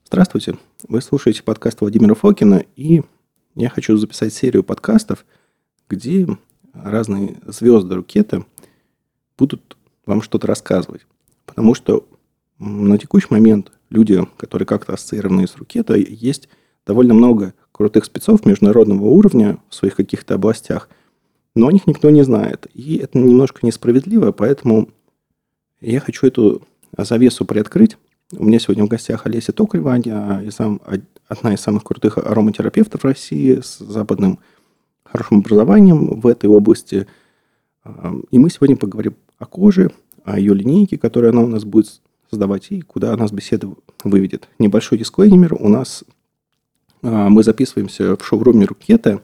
Здравствуйте, вы слушаете подкаст Владимира Фокина, и я хочу записать серию подкастов, где разные звезды ракеты будут вам что-то рассказывать. Потому что на текущий момент люди, которые как-то ассоциированы с ракетой, есть довольно много крутых спецов международного уровня в своих каких-то областях, но о них никто не знает. И это немножко несправедливо, поэтому я хочу эту завесу приоткрыть. У меня сегодня в гостях Олеся Токарева, одна из самых крутых ароматерапевтов России с западным хорошим образованием в этой области. И мы сегодня поговорим о коже, о ее линейке, которую она у нас будет создавать, и куда нас беседа выведет. Небольшой дисклеймер. Мы записываемся в шоуруме Рукета,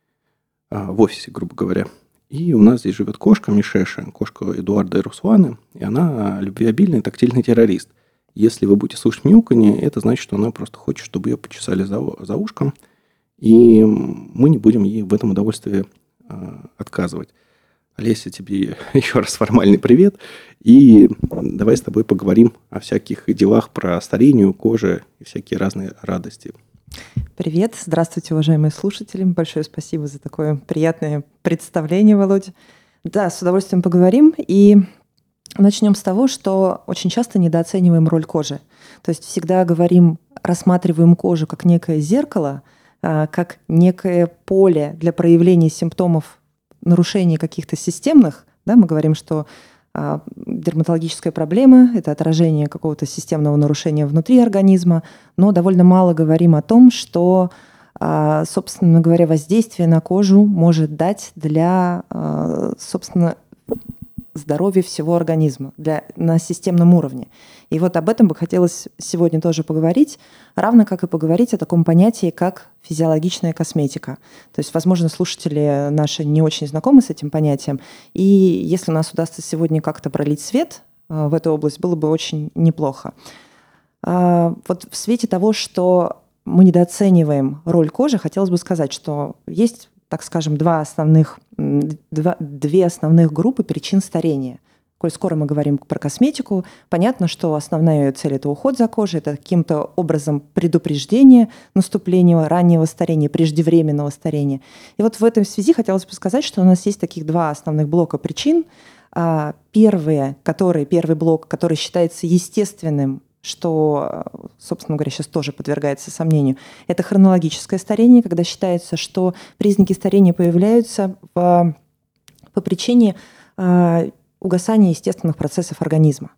в офисе, грубо говоря. И у нас здесь живет кошка Мишеша, кошка Эдуарда и Руслана, и она любвеобильный тактильный террорист. Если вы будете слушать мяуканье, это значит, что она просто хочет, чтобы ее почесали за ушком, и мы не будем ей в этом удовольствии отказывать. Олеся, тебе еще раз формальный привет, и давай с тобой поговорим о всяких делах про старение кожи и всякие разные радости. Привет, здравствуйте, уважаемые слушатели. Большое спасибо за такое приятное представление, Володя. Да, с удовольствием поговорим. И начнем с того, что очень часто недооцениваем роль кожи. То есть всегда рассматриваем кожу как некое зеркало, как некое поле для проявления симптомов нарушений каких-то системных. Да, мы говорим, что дерматологическая проблема – это отражение какого-то системного нарушения внутри организма, но довольно мало говорим о том, что, собственно говоря, воздействие на кожу может дать для, собственно, здоровья всего организма на системном уровне. И вот об этом бы хотелось сегодня тоже поговорить, равно как и поговорить о таком понятии, как физиологичная косметика. То есть, возможно, слушатели наши не очень знакомы с этим понятием, и если у нас удастся сегодня как-то пролить свет в эту область, было бы очень неплохо. Вот в свете того, что мы недооцениваем роль кожи, хотелось бы сказать, что есть, так скажем, две основных группы причин старения. Коль скоро мы говорим про косметику, понятно, что основная ее цель – это уход за кожей, это каким-то образом предупреждение наступления раннего старения, преждевременного старения. И вот в этой связи хотелось бы сказать, что у нас есть таких два основных блока причин. Первый блок, который считается естественным, что, собственно говоря, сейчас тоже подвергается сомнению, это хронологическое старение, когда считается, что признаки старения появляются по причине угасания естественных процессов организма.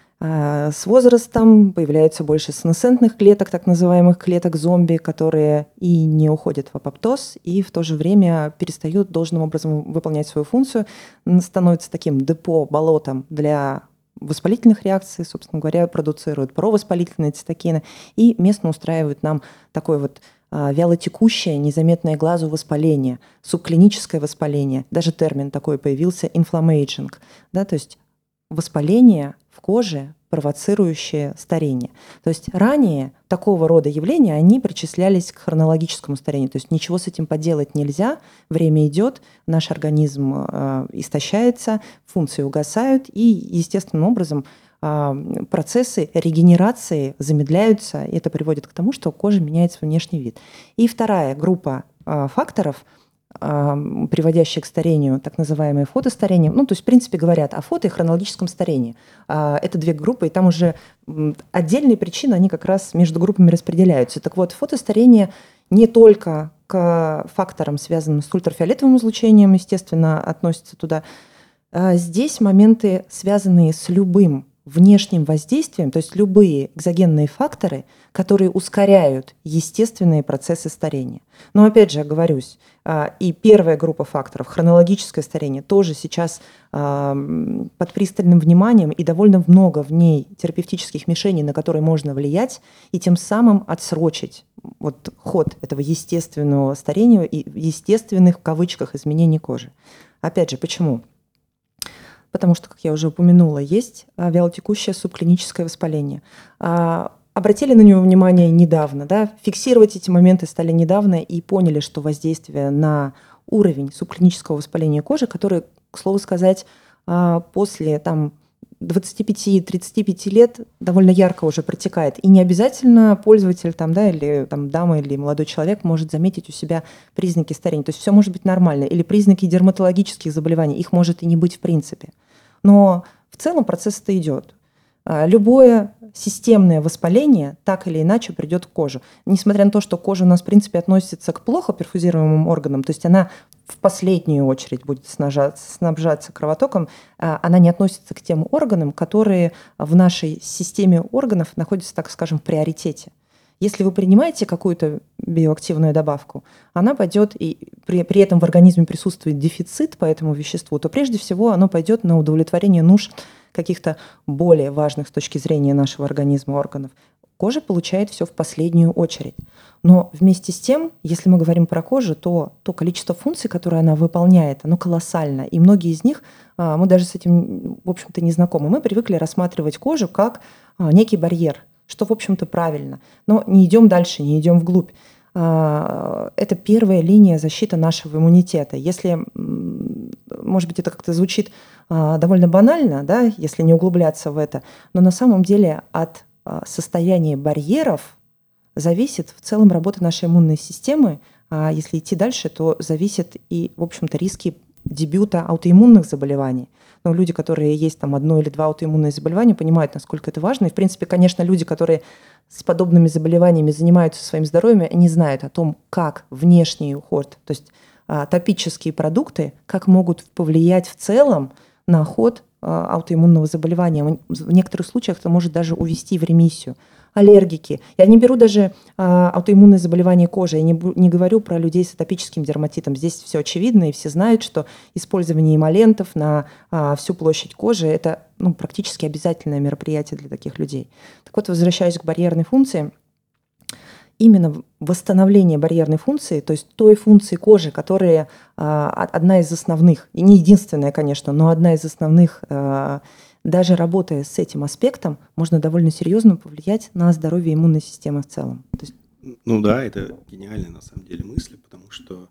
С возрастом появляется больше сенесцентных клеток, так называемых клеток зомби, которые и не уходят в апоптоз, и в то же время перестают должным образом выполнять свою функцию, становятся таким депо, болотом для воспалительных реакций, собственно говоря, продуцируют провоспалительные цитокины и местно устраивают нам такое вот вялотекущее, незаметное глазу воспаление, субклиническое воспаление. Даже термин такой появился – inflammaging. Да, то есть воспаление в коже, провоцирующее старение. То есть ранее такого рода явления, они причислялись к хронологическому старению. То есть ничего с этим поделать нельзя, время идет, наш организм истощается, функции угасают, и естественным образом процессы регенерации замедляются, и это приводит к тому, что кожа меняет свой внешний вид. И вторая группа факторов, приводящие к старению, так называемое фотостарение, то есть, в принципе, говорят о фото и хронологическом старении. Это две группы, и там уже отдельные причины, они как раз между группами распределяются. Так вот, фотостарение не только к факторам, связанным с ультрафиолетовым излучением, естественно, относится туда. Здесь моменты, связанные с любым внешним воздействием, то есть любые экзогенные факторы, которые ускоряют естественные процессы старения. Но опять же, оговорюсь, и первая группа факторов, хронологическое старение, тоже сейчас под пристальным вниманием, и довольно много в ней терапевтических мишеней, на которые можно влиять, и тем самым отсрочить ход этого естественного старения и естественных, в кавычках, изменений кожи. Опять же, почему? Потому что, как я уже упомянула, есть вялотекущее субклиническое воспаление. Обратили на него внимание недавно, да? Фиксировать эти моменты стали недавно и поняли, что воздействие на уровень субклинического воспаления кожи, который, к слову сказать, после 25-35 лет довольно ярко уже протекает. И не обязательно пользователь там, да, или там, дама или молодой человек может заметить у себя признаки старения. То есть все может быть нормально. Или признаки дерматологических заболеваний. Их может и не быть в принципе. Но в целом процесс-то идет. Любое системное воспаление так или иначе придет к коже. Несмотря на то, что кожа у нас, в принципе, относится к плохо перфузируемым органам, то есть она в последнюю очередь будет снабжаться кровотоком, она не относится к тем органам, которые в нашей системе органов находятся, так скажем, в приоритете. Если вы принимаете какую-то биоактивную добавку, она пойдет, и при этом в организме присутствует дефицит по этому веществу, то прежде всего оно пойдет на удовлетворение нужд каких-то более важных с точки зрения нашего организма органов. Кожа получает все в последнюю очередь. Но вместе с тем, если мы говорим про кожу, то количество функций, которые она выполняет, оно колоссально. И многие из них, мы даже с этим, в общем-то, не знакомы. Мы привыкли рассматривать кожу как некий барьер, что, в общем-то, правильно. Но не идем дальше, не идем вглубь. Это первая линия защиты нашего иммунитета. Если, может быть, это как-то звучит довольно банально, да, если не углубляться в это, но на самом деле от состояния барьеров зависит в целом работа нашей иммунной системы. А если идти дальше, то зависят и, в общем-то, риски дебюта аутоиммунных заболеваний. Но люди, которые есть там одно или два аутоиммунные заболевания, понимают, насколько это важно. И, в принципе, конечно, люди, которые с подобными заболеваниями занимаются своим здоровьем, они знают о том, как внешний уход, то есть топические продукты, как могут повлиять в целом на ход аутоиммунного заболевания. В некоторых случаях это может даже увести в ремиссию. Аллергики. Я не беру даже аутоиммунные заболевания кожи. Я не говорю про людей с атопическим дерматитом. Здесь все очевидно, и все знают, что использование эмолентов на всю площадь кожи – это практически обязательное мероприятие для таких людей. Так вот, возвращаясь к барьерной функции, именно восстановление барьерной функции, то есть той функции кожи, которая одна из основных, и не единственная, конечно, но одна из основных, даже работая с этим аспектом, можно довольно серьезно повлиять на здоровье иммунной системы в целом. То есть... Да, это гениальная на самом деле мысль, потому что,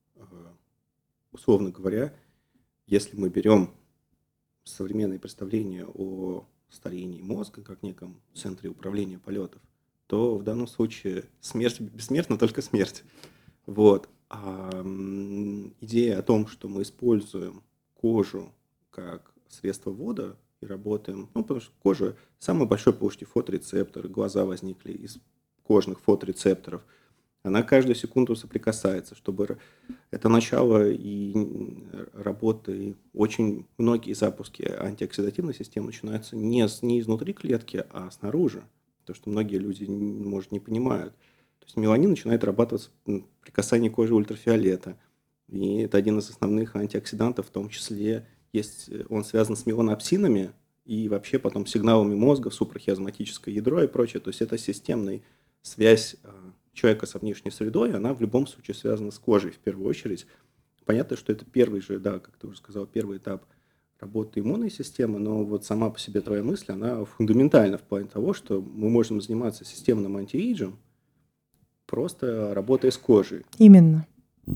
условно говоря, если мы берем современные представления о старении мозга как неком центре управления полетов, то в данном случае смерть бессмертна, только смерть. Вот. А идея о том, что мы используем кожу как средство ввода и работаем, потому что кожа – самый большой по площади фоторецептор, глаза возникли из кожных фоторецепторов. Она каждую секунду соприкасается, чтобы это начало и работы. Очень многие запуски антиоксидативной системы начинаются не изнутри клетки, а снаружи. То, что многие люди, может, не понимают. То есть меланин начинает вырабатываться при касании кожи ультрафиолета. И это один из основных антиоксидантов, в том числе он связан с меланопсинами и вообще потом сигналами мозга, супрахиазматическое ядро и прочее. То есть это системная связь человека со внешней средой, она в любом случае связана с кожей в первую очередь. Понятно, что это первый же, да, как ты уже сказал, первый этап работы иммунной системы, но вот сама по себе твоя мысль, она фундаментальна в плане того, что мы можем заниматься системным антиэйджем, просто работая с кожей. Именно.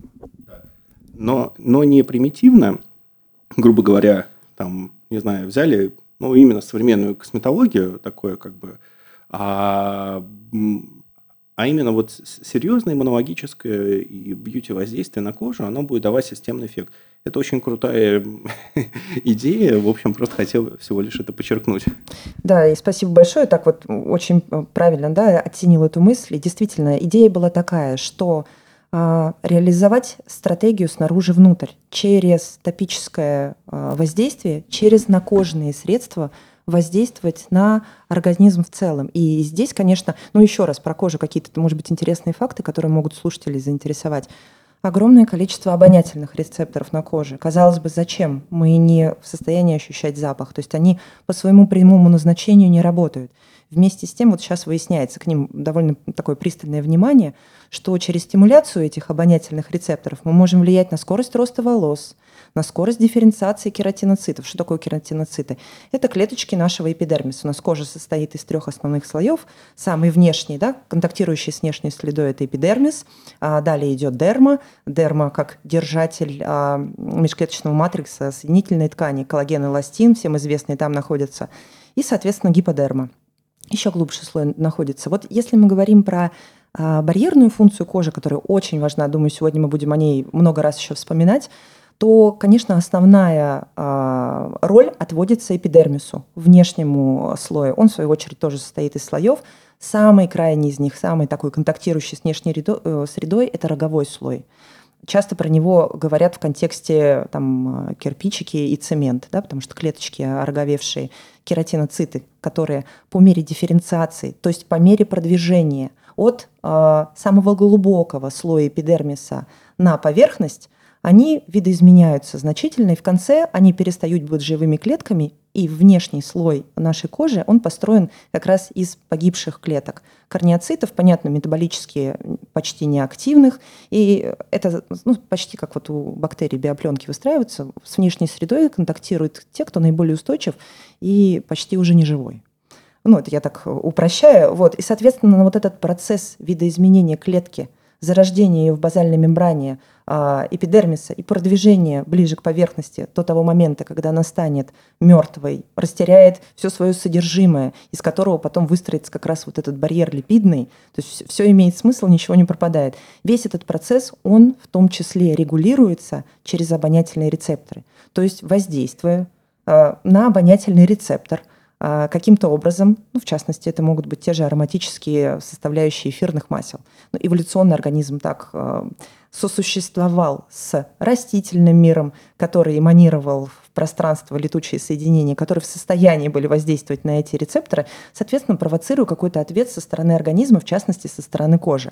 Но не примитивно, грубо говоря, там, не знаю, взяли, именно современную косметологию, такое как бы, а именно вот серьезное иммунологическое и бьюти-воздействие на кожу, оно будет давать системный эффект. Это очень крутая идея, в общем, просто хотел всего лишь это подчеркнуть. Да, и спасибо большое, так вот очень правильно, да, оценил эту мысль. И действительно, идея была такая, что реализовать стратегию снаружи внутрь через топическое воздействие, через накожные средства воздействовать на организм в целом. И здесь, конечно, еще раз про кожу какие-то, может быть, интересные факты, которые могут слушателей заинтересовать. Огромное количество обонятельных рецепторов на коже. Казалось бы, зачем? Мы не в состоянии ощущать запах. То есть они по своему прямому назначению не работают. Вместе с тем, вот сейчас выясняется, к ним довольно такое пристальное внимание, что через стимуляцию этих обонятельных рецепторов мы можем влиять на скорость роста волос, на скорость дифференциации кератиноцитов. Что такое кератиноциты? Это клеточки нашего эпидермиса. У нас кожа состоит из 3 основных слоев. Самый внешний, да, контактирующий с внешней средой, это эпидермис. Далее идет дерма. Дерма как держатель межклеточного матрикса, соединительной ткани, коллаген, эластин, всем известный, там находится. И, соответственно, гиподерма. Еще глубже слой находится. Вот если мы говорим про барьерную функцию кожи, которая очень важна, думаю, сегодня мы будем о ней много раз еще вспоминать, то, конечно, основная роль отводится эпидермису, внешнему слою. Он, в свою очередь, тоже состоит из слоев. Самый крайний из них, самый такой контактирующий с внешней средой, это роговой слой. Часто про него говорят в контексте там, кирпичики и цемент, да, потому что клеточки ороговевшие, кератиноциты, которые по мере дифференциации, то есть по мере продвижения от самого глубокого слоя эпидермиса на поверхность, они видоизменяются значительно, и в конце они перестают быть живыми клетками, и внешний слой нашей кожи, он построен как раз из погибших клеток. Корнеоцитов, понятно, метаболически почти неактивных, и это почти как вот у бактерий биопленки выстраиваются, с внешней средой контактируют те, кто наиболее устойчив и почти уже не живой. Это я так упрощаю. И, соответственно, вот этот процесс видоизменения клетки, зарождение ее в базальной мембране эпидермиса и продвижение ближе к поверхности до того момента, когда она станет мертвой, растеряет все свое содержимое, из которого потом выстроится как раз вот этот барьер липидный, то есть все имеет смысл, ничего не пропадает. Весь этот процесс, он в том числе регулируется через обонятельные рецепторы, то есть воздействуя на обонятельный рецептор, каким-то образом, в частности, это могут быть те же ароматические составляющие эфирных масел. Эволюционный организм так сосуществовал с растительным миром, который эманировал в пространство летучие соединения, которые в состоянии были воздействовать на эти рецепторы, соответственно, провоцируя какой-то ответ со стороны организма, в частности, со стороны кожи.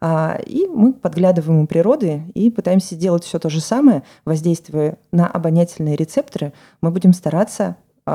И мы подглядываем у природы и пытаемся делать все то же самое, воздействуя на обонятельные рецепторы. Мы будем стараться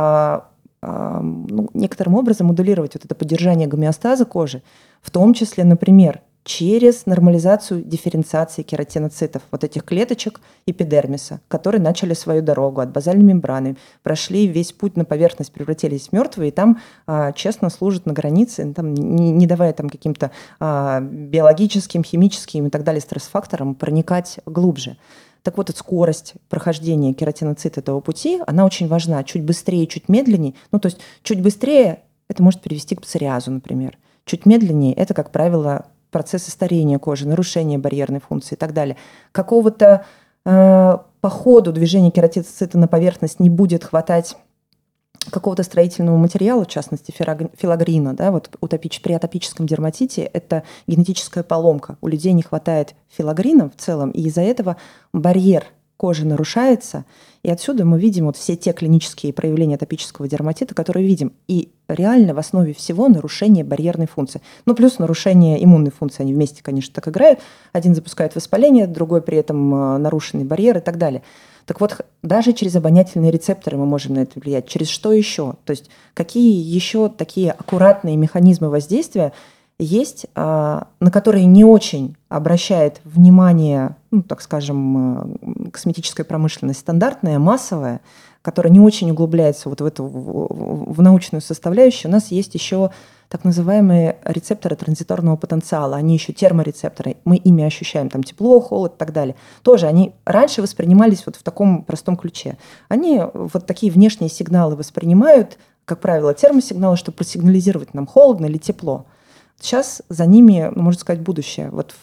некоторым образом модулировать вот это поддержание гомеостаза кожи, в том числе, например, через нормализацию дифференциации кератиноцитов, вот этих клеточек эпидермиса, которые начали свою дорогу от базальной мембраны, прошли весь путь на поверхность, превратились в мертвые, и там честно служат на границе, там, не давая там каким-то биологическим, химическим и так далее стрессфакторам проникать глубже. Так вот, скорость прохождения кератиноцита этого пути, она очень важна. Чуть быстрее, чуть медленнее. То есть чуть быстрее это может привести к псориазу, например. Чуть медленнее это, как правило, процессы старения кожи, нарушение барьерной функции и так далее. Какого-то по ходу движения кератиноцита на поверхность не будет хватать какого-то строительного материала, в частности филагрина, да, вот при атопическом дерматите это генетическая поломка. У людей не хватает филагрина в целом, и из-за этого барьер кожи нарушается, и отсюда мы видим вот все те клинические проявления атопического дерматита, которые видим. И реально в основе всего нарушение барьерной функции. Плюс нарушение иммунной функции, они вместе, конечно, так играют. Один запускает воспаление, другой при этом нарушенный барьер и так далее. Так вот, даже через обонятельные рецепторы мы можем на это влиять. Через что еще? То есть какие еще такие аккуратные механизмы воздействия есть, на которые не очень обращает внимание, так скажем, косметическая промышленность стандартная, массовая, которая не очень углубляется вот в научную составляющую. У нас есть еще так называемые рецепторы транзиторного потенциала. Они еще терморецепторы. Мы ими ощущаем там тепло, холод и так далее. Тоже они раньше воспринимались вот в таком простом ключе. Они вот такие внешние сигналы воспринимают, как правило, термосигналы, чтобы просигнализировать нам, холодно или тепло. Сейчас за ними, можно сказать, будущее. Вот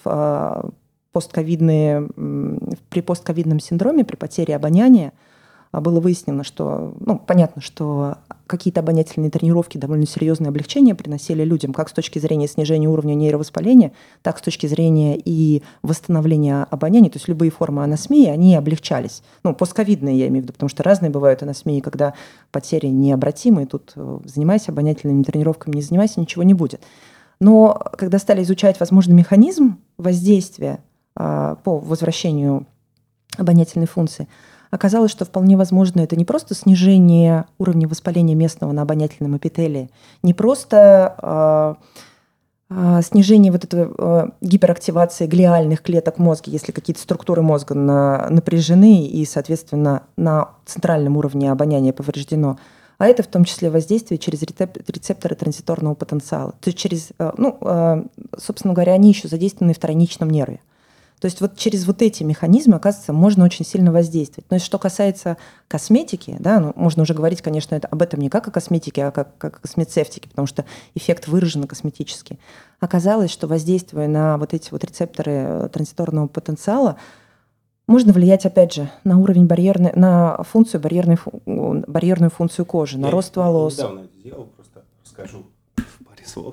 при постковидном синдроме, при потере обоняния, было выяснено, что, понятно, что какие-то обонятельные тренировки довольно серьезное облегчение приносили людям, как с точки зрения снижения уровня нейровоспаления, так с точки зрения и восстановления обоняния, то есть любые формы анасмии, они облегчались. Постковидные я имею в виду, потому что разные бывают анасмии, когда потери необратимые, тут занимайся обонятельными тренировками, не занимайся, ничего не будет. Но когда стали изучать возможный механизм воздействия по возвращению обонятельной функции, Оказалось, что вполне возможно это не просто снижение уровня воспаления местного на обонятельном эпителии, не просто снижение вот этой гиперактивации глиальных клеток мозга, если какие-то структуры мозга напряжены и, соответственно, на центральном уровне обоняния повреждено, а это в том числе воздействие через рецепторы транзиторного потенциала. То есть через, собственно говоря, они еще задействованы в тройничном нерве. То есть вот через вот эти механизмы, оказывается, можно очень сильно воздействовать. Но что касается косметики, да, можно уже говорить, конечно, об этом не как о косметике, а как о космецевтике, потому что эффект выраженно косметический. Оказалось, что воздействуя на вот эти вот рецепторы транзиторного потенциала, можно влиять, опять же, на уровень на функцию, барьерную функцию кожи, на рост волос. Я недавно это делал, просто расскажу в паре слов.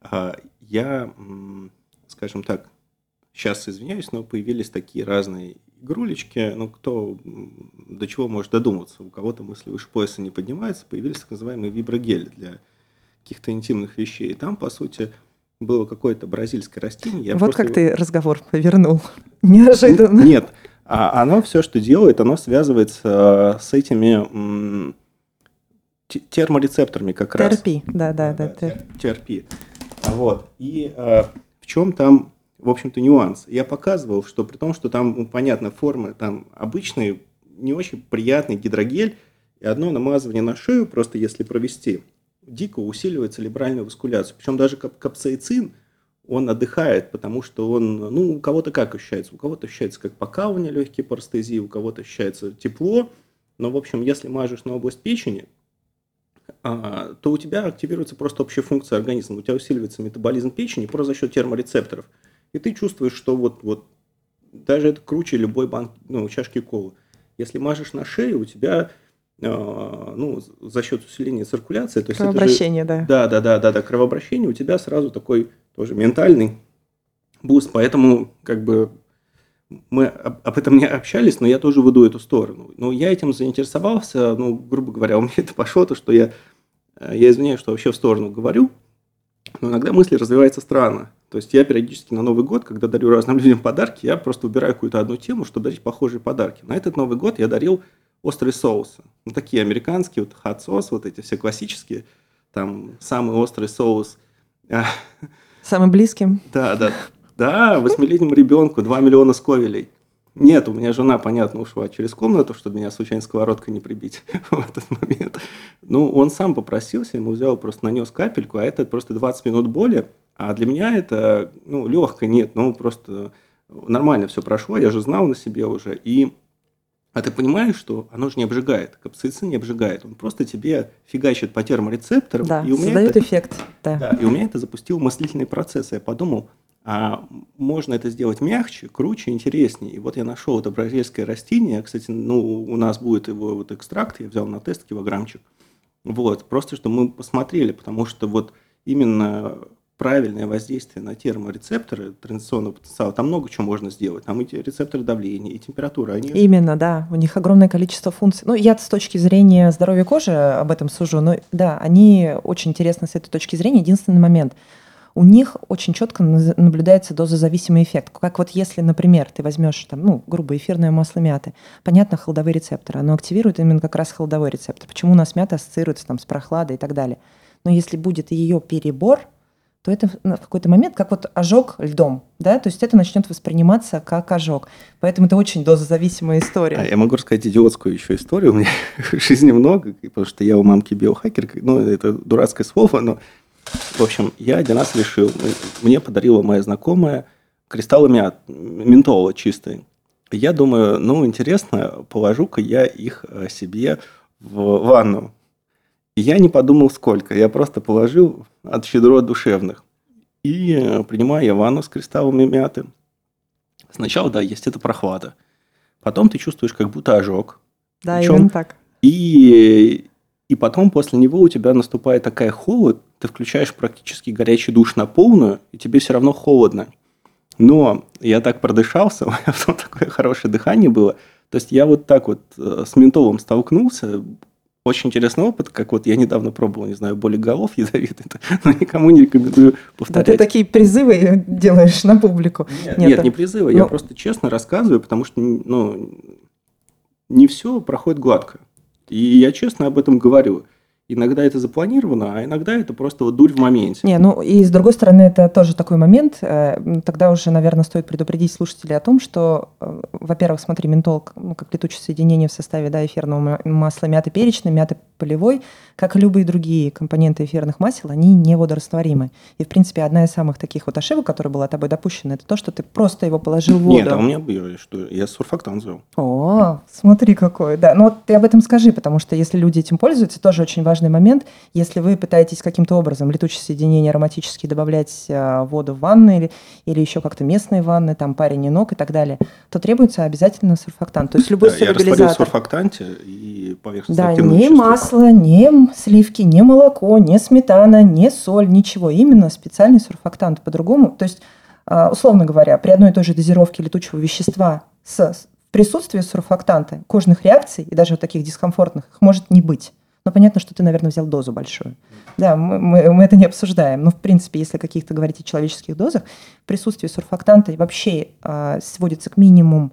Я, скажем так, сейчас извиняюсь, но появились такие разные игрулечки, кто до чего может додуматься. У кого-то мысли выше пояса не поднимаются, появились так называемые виброгели для каких-то интимных вещей. И там, по сути, было какое-то бразильское растение. Вот как ты разговор повернул. Неожиданно. Нет, оно все, что делает, оно связывается с этими терморецепторами как раз. ТРП, да. ТРП. Вот. И в чем там, в общем-то, нюанс. Я показывал, что при том, что там, понятно, формы там обычные, не очень приятный гидрогель, и одно намазывание на шею, просто если провести, дико усиливает церебральную васкуляцию. Причем даже капсаицин, он отдыхает, потому что он, у кого-то как ощущается? У кого-то ощущается как покалывание, легкие парестезии, у кого-то ощущается тепло. Но, в общем, если мажешь на область печени, то у тебя активируется просто общая функция организма. У тебя усиливается метаболизм печени просто за счет терморецепторов. И ты чувствуешь, что вот даже это круче любой чашки колы. Если мажешь на шею, у тебя за счет усиления циркуляции, то есть кровообращение, да, кровообращение, у тебя сразу такой тоже ментальный буст. Поэтому мы об этом не общались, но я тоже веду эту сторону. Но я этим заинтересовался, грубо говоря, у меня это пошло, то, что я извиняюсь, что вообще в сторону говорю, но иногда мысли развиваются странно. То есть я периодически на Новый год, когда дарю разным людям подарки, я просто выбираю какую-то одну тему, чтобы дарить похожие подарки. На этот Новый год я дарил острые соусы. Такие американские, хат-сос, эти все классические. Там самый острый соус. Самым близким? Да, 8-летнему ребенку 2 миллиона сковелей. Нет, у меня жена, понятно, ушла через комнату, чтобы меня случайно сковородкой не прибить в этот момент. Он сам попросился, ему взял, просто нанес капельку, а это просто 20 минут боли. А для меня это, легко, нет, просто нормально все прошло, я же знал на себе уже. А ты понимаешь, что оно же не обжигает, капсаицин не обжигает, он просто тебе фигачит по терморецепторам. Да, и создает эффект. Да, и у меня это запустило мыслительный процесс. Я подумал, можно это сделать мягче, круче, интереснее. И вот я нашел это бразильское растение. Кстати, у нас будет его экстракт, я взял на тест килограммчик. Просто чтобы мы посмотрели, потому что именно правильное воздействие на терморецепторы транзиционного потенциала, там много чего можно сделать. Там эти рецепторы давления, и температура. Именно, да. У них огромное количество функций. Я с точки зрения здоровья кожи об этом сужу, но да, они очень интересны с этой точки зрения. Единственный момент. У них очень четко наблюдается дозозависимый эффект. Как если, например, ты возьмешь грубо эфирное масло мяты, понятно, холодовые рецепторы, оно активирует именно как раз холодовой рецептор. Почему у нас мята ассоциируется с прохладой и так далее. Но если будет ее перебор, то это в какой-то момент как ожог льдом, да, то есть это начнет восприниматься как ожог. Поэтому это очень дозозависимая история. Я могу рассказать идиотскую еще историю. У меня в жизни много, потому что я у мамки биохакер. Это дурацкое слово, но, в общем, я один раз решил. Мне подарила моя знакомая кристаллы ментола чистые. Я думаю, интересно, положу-ка я их себе в ванну. И я не подумал, сколько. Я просто положил от щедрот душевных. И принимаю я ванну с кристаллами мяты. Сначала, да, есть это прохлада. Потом ты чувствуешь как будто ожог. Да, именно так. И потом после него у тебя наступает такая холод. Ты включаешь практически горячий душ на полную, и тебе все равно холодно. Но я так продышался, у меня потом такое хорошее дыхание было. То есть я так с ментолом столкнулся. Очень интересный опыт, как я недавно пробовал, не знаю, боли голов ядовитые, но никому не рекомендую повторять. Да, ты такие призывы делаешь на публику. Нет, не призывы, я просто честно рассказываю, потому что не все проходит гладко. И я честно об этом говорю. Иногда это запланировано, а иногда это просто вот дурь в моменте. Не, ну и с другой стороны, это тоже такой момент. Тогда уже, наверное, стоит предупредить слушателей о том, что, во-первых, смотри, ментол, как летучее соединение в составе эфирного масла мяты перечной, мяты полевой, как и любые другие компоненты эфирных масел, они не водорастворимы. И, в принципе, одна из самых таких вот ошибок, которая была тобой допущена, это то, что ты просто его положил в воду. Нет, а у меня было, что я сурфактант взял. О, смотри какой, да. Ну вот ты об этом скажи, потому что если люди этим пользуются, тоже очень важный момент. Если вы пытаетесь каким-то образом летучие соединения ароматические добавлять в воду в ванны или еще как-то местные ванны, там парень и ног и так далее, то требуется обязательно сурфактант. То есть любой стабилизатор. Я растворил в сурфактанте и поверхностно активное не вещество. масло, не сливки, не молоко, не сметана, не соль, ничего. Именно специальный сурфактант. По-другому, то есть, условно говоря, при одной и той же дозировке летучего вещества в присутствии сурфактанта кожных реакций и даже вот таких дискомфортных их может не быть. Но понятно, что ты, наверное, взял дозу большую. Да, мы это не обсуждаем. Но, в принципе, если каких-то говорить о человеческих дозах, в присутствии сурфактанта вообще сводится к минимуму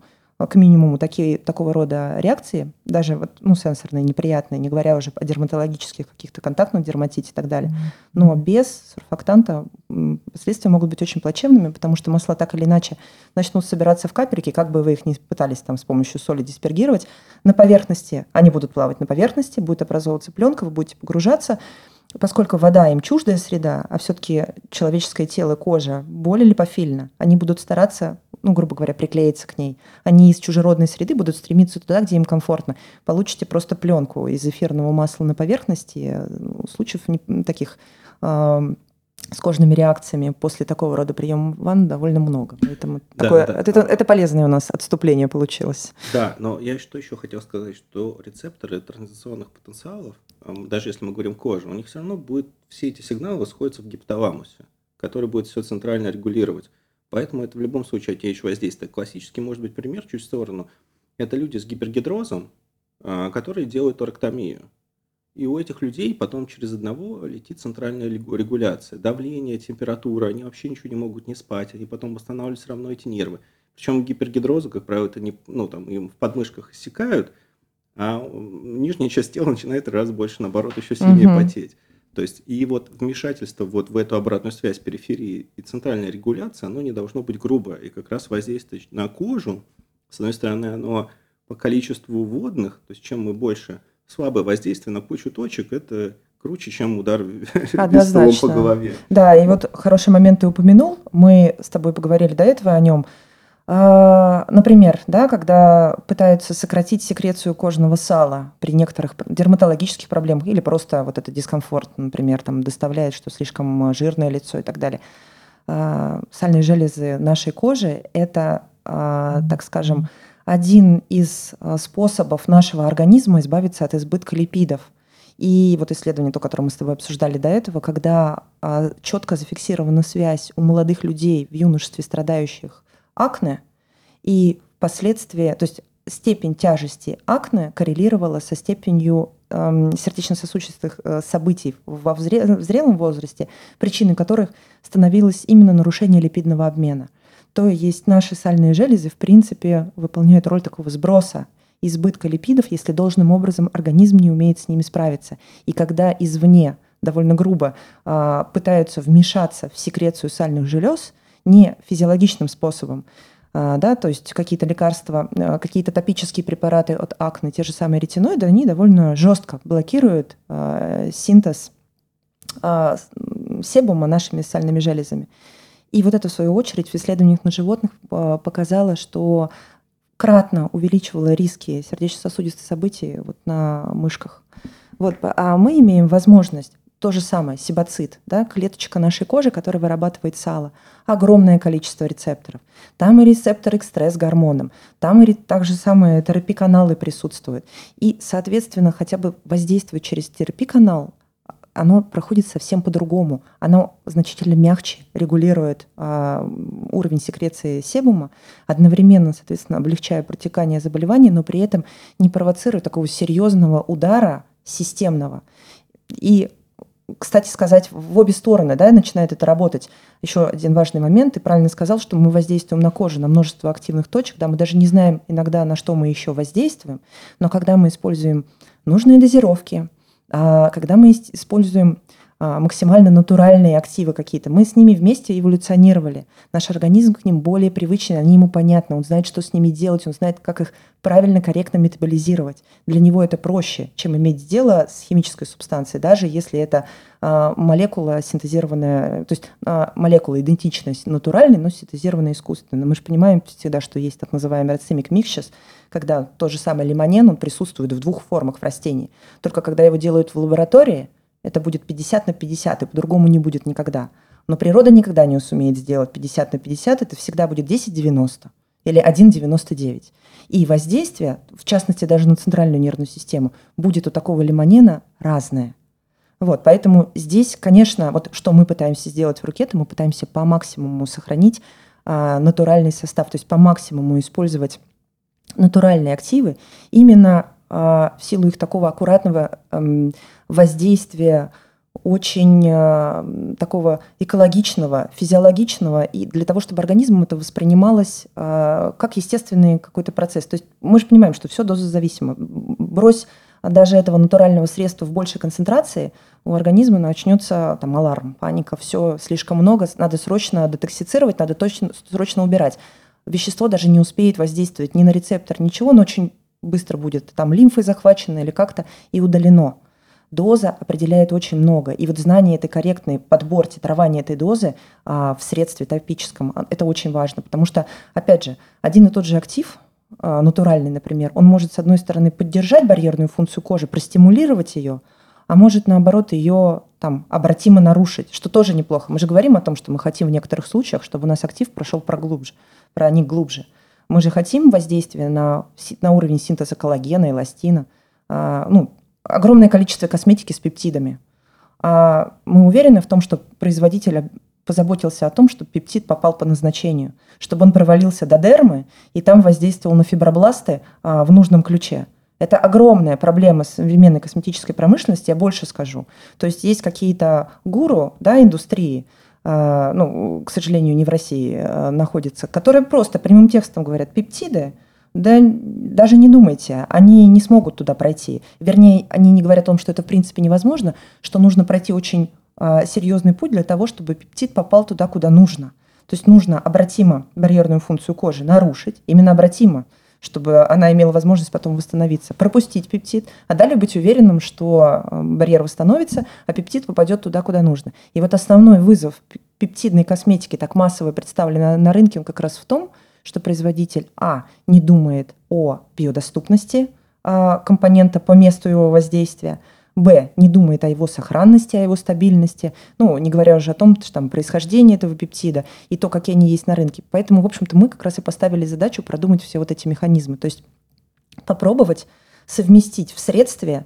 такого рода реакции, даже вот, сенсорные, неприятные, не говоря уже о дерматологических каких-то контактных дерматите и так далее. Но без сурфактанта последствия могут быть очень плачевными, потому что масла так или иначе начнут собираться в капельки, как бы вы их ни пытались там с помощью соли диспергировать, на поверхности, они будут плавать на поверхности, будет образовываться пленка, вы будете погружаться. Поскольку вода им чуждая среда, а все-таки человеческое тело, кожа более липофильна, они будут стараться, грубо говоря, приклеиться к ней. Они из чужеродной среды будут стремиться туда, где им комфортно. Получите просто пленку из эфирного масла на поверхности. Случаев таких с кожными реакциями после такого рода приема ванны довольно много. Поэтому это полезное у нас отступление получилось. Да, но я что еще хотел сказать, что рецепторы транзиционных потенциалов, даже если мы говорим кожа, у них все равно будет все эти сигналы сходятся в гипоталамусе, который будет все центрально регулировать. Поэтому это в любом случае отечь воздействие. Классический, может быть, пример чуть в сторону. Это люди с гипергидрозом, которые делают торактомию. И у этих людей потом через одного летит центральная регуляция. Давление, температура, они вообще ничего не могут не спать. Они потом восстанавливают все равно эти нервы. Причем гипергидрозу, как правило, это не, им в подмышках иссякают, а нижняя часть тела начинает раз больше, наоборот, еще сильнее потеть. То есть, и вот вмешательство вот в эту обратную связь периферии и центральной регуляции, оно не должно быть грубо. И как раз воздействие на кожу, с одной стороны, оно по количеству водных, то есть чем мы больше... Слабое воздействие на кучу точек – это круче, чем удар веслом по голове. Да, и вот хороший момент ты упомянул. Мы с тобой поговорили до этого о нем. Например, да, когда пытаются сократить секрецию кожного сала при некоторых дерматологических проблемах или просто вот этот дискомфорт, например, там доставляет, что слишком жирное лицо и так далее. Сальные железы нашей кожи – это, так скажем, один из способов нашего организма избавиться от избытка липидов. И вот исследование, то, которое мы с тобой обсуждали до этого, когда четко зафиксирована связь у молодых людей в юношестве, страдающих акне, и впоследствии, то есть степень тяжести акне коррелировала со степенью сердечно-сосудистых событий в зрелом возрасте, причиной которых становилось именно нарушение липидного обмена. То есть наши сальные железы, в принципе, выполняют роль такого сброса избытка липидов, если должным образом организм не умеет с ними справиться. И когда извне довольно грубо пытаются вмешаться в секрецию сальных желез не физиологичным способом, да, то есть какие-то лекарства, какие-то топические препараты от акне, те же самые ретиноиды, они довольно жестко блокируют синтез себума нашими сальными железами. И вот это, в свою очередь, в исследованиях на животных показало, что кратно увеличивало риски сердечно-сосудистых событий вот на мышках. Вот. А мы имеем возможность, то же самое, себоцит, да, клеточка нашей кожи, которая вырабатывает сало, огромное количество рецепторов. Там и рецепторы к стресс-гормонам, там и также самые терапий-каналы присутствуют. И, соответственно, хотя бы воздействовать через терапий-канал, оно проходит совсем по-другому. Оно значительно мягче регулирует уровень секреции себума, одновременно, соответственно, облегчая протекание заболевания, но при этом не провоцируя такого серьезного удара системного. И кстати сказать, в обе стороны, да, начинает это работать. Еще один важный момент, ты правильно сказал, что мы воздействуем на кожу, на множество активных точек, да, мы даже не знаем иногда, на что мы еще воздействуем, но когда мы используем нужные дозировки, когда мы используем максимально натуральные активы какие-то, мы с ними вместе эволюционировали. Наш организм к ним более привычен, они ему понятны, он знает, что с ними делать, он знает, как их правильно, корректно метаболизировать. Для него это проще, чем иметь дело с химической субстанцией, даже если это молекула синтезированная, то есть молекула идентичная натуральной, но синтезированная искусственно. Мы же понимаем всегда, что есть так называемый racemic mixtures, когда тот же самый лимонен, он присутствует в двух формах в растении. Только когда его делают в лаборатории, это будет 50/50, и по-другому не будет никогда. Но природа никогда не сумеет сделать 50/50, это всегда будет 10/90 или 1/99. И воздействие, в частности даже на центральную нервную систему, будет у такого лимонена разное. Вот, поэтому здесь, конечно, вот что мы пытаемся сделать в Рукета, мы пытаемся по максимуму сохранить натуральный состав, то есть по максимуму использовать натуральные активы именно в силу их такого аккуратного воздействия, очень такого экологичного, физиологичного, и для того, чтобы организмом это воспринималось как естественный какой-то процесс. То есть мы же понимаем, что все дозозависимо. Брось даже этого натурального средства в большей концентрации, у организма начнется там аларм, паника, все слишком много, надо срочно детоксицировать, надо срочно убирать. Вещество даже не успеет воздействовать ни на рецептор, ничего, но очень быстро будет там лимфой захвачено или как-то и удалено. Доза определяет очень много. И вот знание этой корректной, подбор, титрование этой дозы в средстве топическом, это очень важно. Потому что, опять же, один и тот же актив, натуральный, например, он может, с одной стороны, поддержать барьерную функцию кожи, простимулировать ее, а может, наоборот, ее там обратимо нарушить, что тоже неплохо. Мы же говорим о том, что мы хотим в некоторых случаях, чтобы у нас актив проник глубже. Мы же хотим воздействия на уровень синтеза коллагена, эластина, огромное количество косметики с пептидами. Мы уверены в том, что производитель позаботился о том, чтобы пептид попал по назначению, чтобы он провалился до дермы и там воздействовал на фибробласты в нужном ключе. Это огромная проблема современной косметической промышленности, я больше скажу. То есть есть какие-то гуру, да, индустрии, к сожалению, не в России находятся, которые просто прямым текстом говорят: пептиды, да даже не думайте, они не смогут туда пройти. Вернее, они не говорят о том, что это в принципе невозможно, что нужно пройти очень серьезный путь для того, чтобы пептид попал туда, куда нужно. То есть нужно обратимо барьерную функцию кожи нарушить, именно обратимо, чтобы она имела возможность потом восстановиться, пропустить пептид, а далее быть уверенным, что барьер восстановится, а пептид попадет туда, куда нужно. И вот основной вызов пептидной косметики, так массово представленной на рынке, он как раз в том, что производитель не думает о биодоступности компонента по месту его воздействия, не думает о его сохранности, о его стабильности, не говоря уже о том, что там происхождение этого пептида и то, какие они есть на рынке. Поэтому, в общем-то, мы как раз и поставили задачу продумать все вот эти механизмы. То есть попробовать совместить в средстве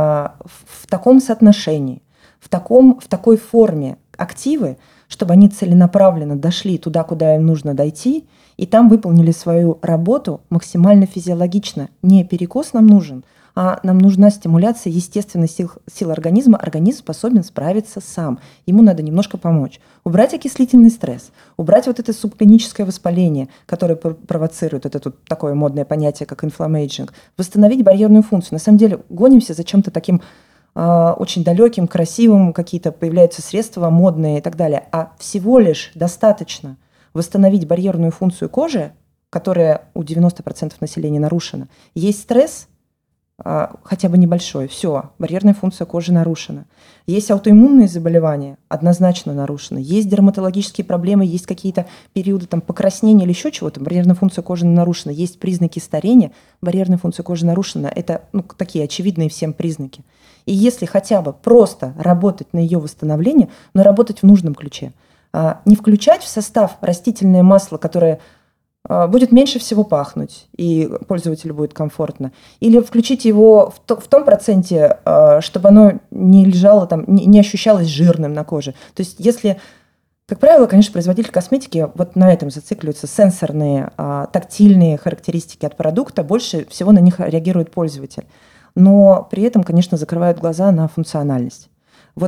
в таком соотношении, в такой форме активы, чтобы они целенаправленно дошли туда, куда им нужно дойти, и там выполнили свою работу максимально физиологично. Не перекос нам нужен, а нам нужна стимуляция естественных сил организма. Организм способен справиться сам. Ему надо немножко помочь. Убрать окислительный стресс, убрать вот это субклиническое воспаление, которое провоцирует это тут такое модное понятие, как inflammation, восстановить барьерную функцию. На самом деле гонимся за чем-то таким очень далеким, красивым, какие-то появляются средства модные и так далее. А всего лишь достаточно восстановить барьерную функцию кожи, которая у 90% населения нарушена. Есть стресс, хотя бы небольшой, все, барьерная функция кожи нарушена. Есть аутоиммунные заболевания, однозначно нарушены. Есть дерматологические проблемы, есть какие-то периоды покраснения или еще чего-то, барьерная функция кожи нарушена. Есть признаки старения, барьерная функция кожи нарушена. Это такие очевидные всем признаки. И если хотя бы просто работать на ее восстановление, но работать в нужном ключе, не включать в состав растительное масло, которое будет меньше всего пахнуть, и пользователю будет комфортно. Или включить его в том проценте, чтобы оно не лежало не ощущалось жирным на коже. То есть если, как правило, конечно, производитель косметики вот на этом зацикливается, сенсорные, тактильные характеристики от продукта, больше всего на них реагирует пользователь. Но при этом, конечно, закрывают глаза на функциональность. Вот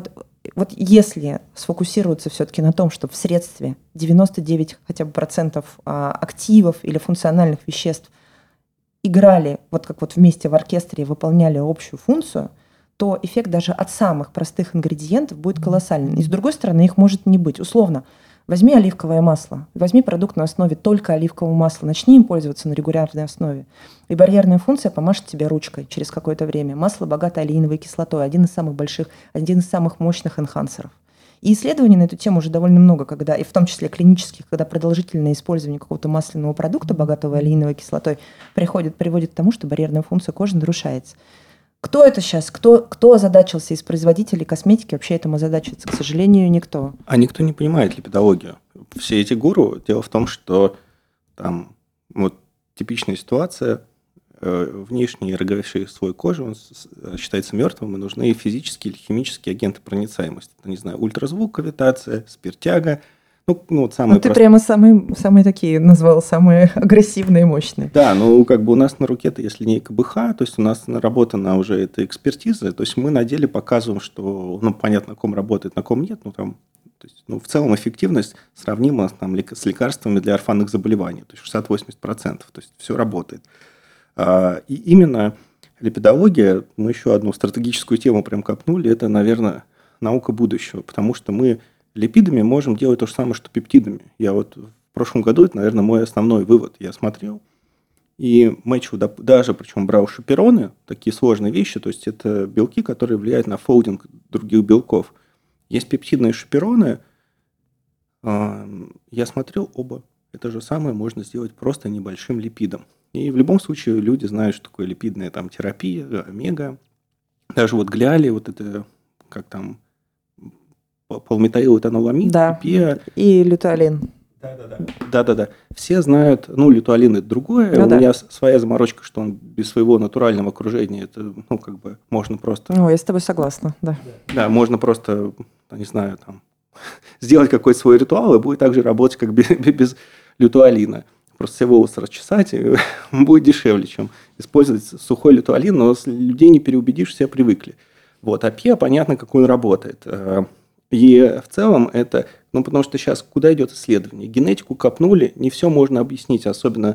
Вот если сфокусироваться все-таки на том, что в средстве 99 хотя бы процентов активов или функциональных веществ играли вот как вот вместе в оркестре и выполняли общую функцию, то эффект даже от самых простых ингредиентов будет колоссальный. И с другой стороны, их может не быть. Условно, возьми оливковое масло, возьми продукт на основе только оливкового масла, начни им пользоваться на регулярной основе. И барьерная функция помашет тебе ручкой через какое-то время. Масло богато олеиновой кислотой, один из самых больших, один из самых мощных энхансеров. И исследований на эту тему уже довольно много, когда, и в том числе клинических, когда продолжительное использование какого-то масляного продукта, богатого олеиновой кислотой, приводит к тому, что барьерная функция кожи нарушается. Кто это сейчас? Кто озадачился из производителей косметики вообще этому озадачивается? К сожалению, никто. А никто не понимает липидологию. Все эти гуру, дело в том, что там вот типичная ситуация, внешний роговейший слой кожи, он считается мертвым, и нужны физические или химические агенты проницаемости. Это, не знаю, ультразвук, кавитация, спиртяга. Вот самые ты прямо самые такие назвал, самые агрессивные и мощные. Да, как бы у нас на руке-то есть линейка БХ, то есть у нас наработана уже эта экспертиза, то есть мы на деле показываем, что, понятно, на ком работает, на ком нет, в целом эффективность сравнима с лекарствами для орфанных заболеваний, то есть 60-80%, то есть все работает. И именно липидология, мы еще одну стратегическую тему прям копнули, это, наверное, наука будущего, потому что мы липидами можем делать то же самое, что пептидами. Я в прошлом году, это, наверное, мой основной вывод. Я смотрел и мэчил даже, причем брал шапероны, такие сложные вещи, то есть это белки, которые влияют на фолдинг других белков. Есть пептидные шапероны, я смотрел оба. Это же самое можно сделать просто небольшим липидом. И в любом случае люди знают, что такое липидная терапия, омега. Даже глиали, это как там полметаилэтаноламид, да, PPA. И лютеолин. Да. Все знают, лютеолин это другое. У меня своя заморочка, что он без своего натурального окружения, это, можно просто... Я с тобой согласна, да. Да, можно просто, не знаю, сделать какой-то свой ритуал, и будет так же работать, как без лютеолина. Просто все волосы расчесать, и будет дешевле, чем использовать сухой лютеолин, но людей не переубедишь, все привыкли. А PPA, понятно, как он работает. И в целом это, потому что сейчас куда идет исследование? Генетику копнули, не все можно объяснить, особенно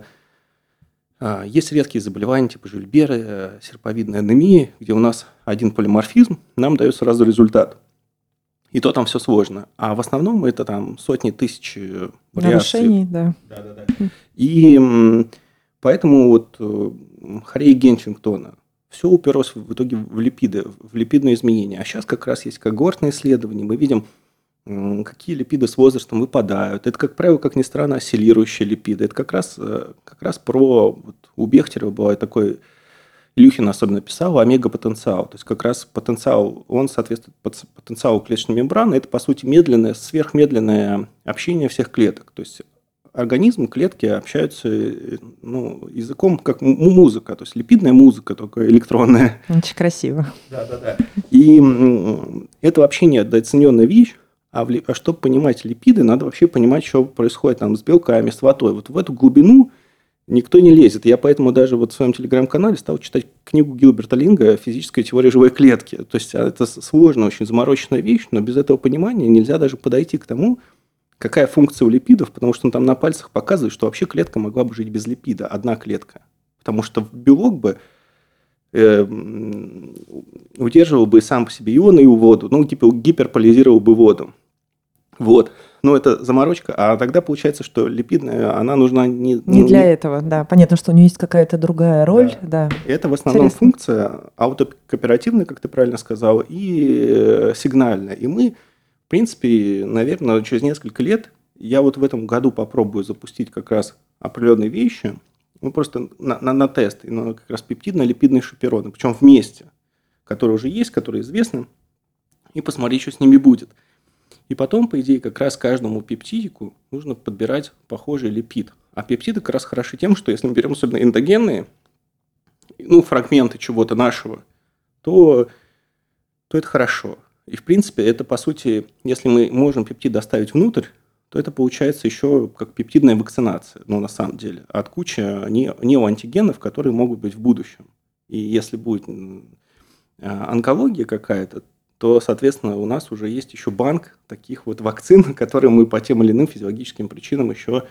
есть редкие заболевания типа Жильбера, серповидной анемии, где у нас один полиморфизм, нам дает сразу результат. И то там все сложно. А в основном это сотни тысяч нарушений, да. Да. И поэтому хорея Гентингтона, все уперлось в итоге в липиды, в липидные изменения. А сейчас как раз есть когортные исследования. Мы видим, какие липиды с возрастом выпадают. Это, как правило, как ни странно, осциллирующие липиды. Это как раз про... у Бехтерева была такой... Илюхин особенно писал омега-потенциал. То есть как раз потенциал, он соответствует потенциалу клеточной мембраны. Это, по сути, медленное, сверхмедленное общение всех клеток. То есть организм, клетки общаются языком, как музыка, то есть липидная музыка, только электронная. Очень красиво. Да. И это вообще недооцененная вещь. А чтобы понимать липиды, надо вообще понимать, что происходит с белками, с водой. В эту глубину никто не лезет. Я поэтому даже в своем телеграм-канале стал читать книгу Гилберта Линга «Физическая теория живой клетки». То есть это сложная, очень замороченная вещь, но без этого понимания нельзя даже подойти к тому, какая функция у липидов, потому что он там на пальцах показывает, что вообще клетка могла бы жить без липида, одна клетка. Потому что белок бы удерживал бы сам по себе ионы и воду, гиперполизировал бы воду. Это заморочка. А тогда получается, что липидная, она нужна не для этого, да. Понятно, что у нее есть какая-то другая роль. Да. Это в основном функция аутокооперативная, как ты правильно сказал, и сигнальная. И мы, в принципе, наверное, через несколько лет, я в этом году попробую запустить как раз определенные вещи, просто на тест, как раз пептидно-липидные шапероны, причем вместе, которые уже есть, которые известны, и посмотреть, что с ними будет. И потом, по идее, как раз каждому пептидику нужно подбирать похожий липид. А пептиды как раз хороши тем, что если мы берем особенно эндогенные, фрагменты чего-то нашего, то это хорошо. И, в принципе, это, по сути, если мы можем пептид доставить внутрь, то это получается еще как пептидная вакцинация, на самом деле, от кучи неоантигенов, которые могут быть в будущем. И если будет онкология какая-то, то, соответственно, у нас уже есть еще банк таких вот вакцин, которые мы по тем или иным физиологическим причинам еще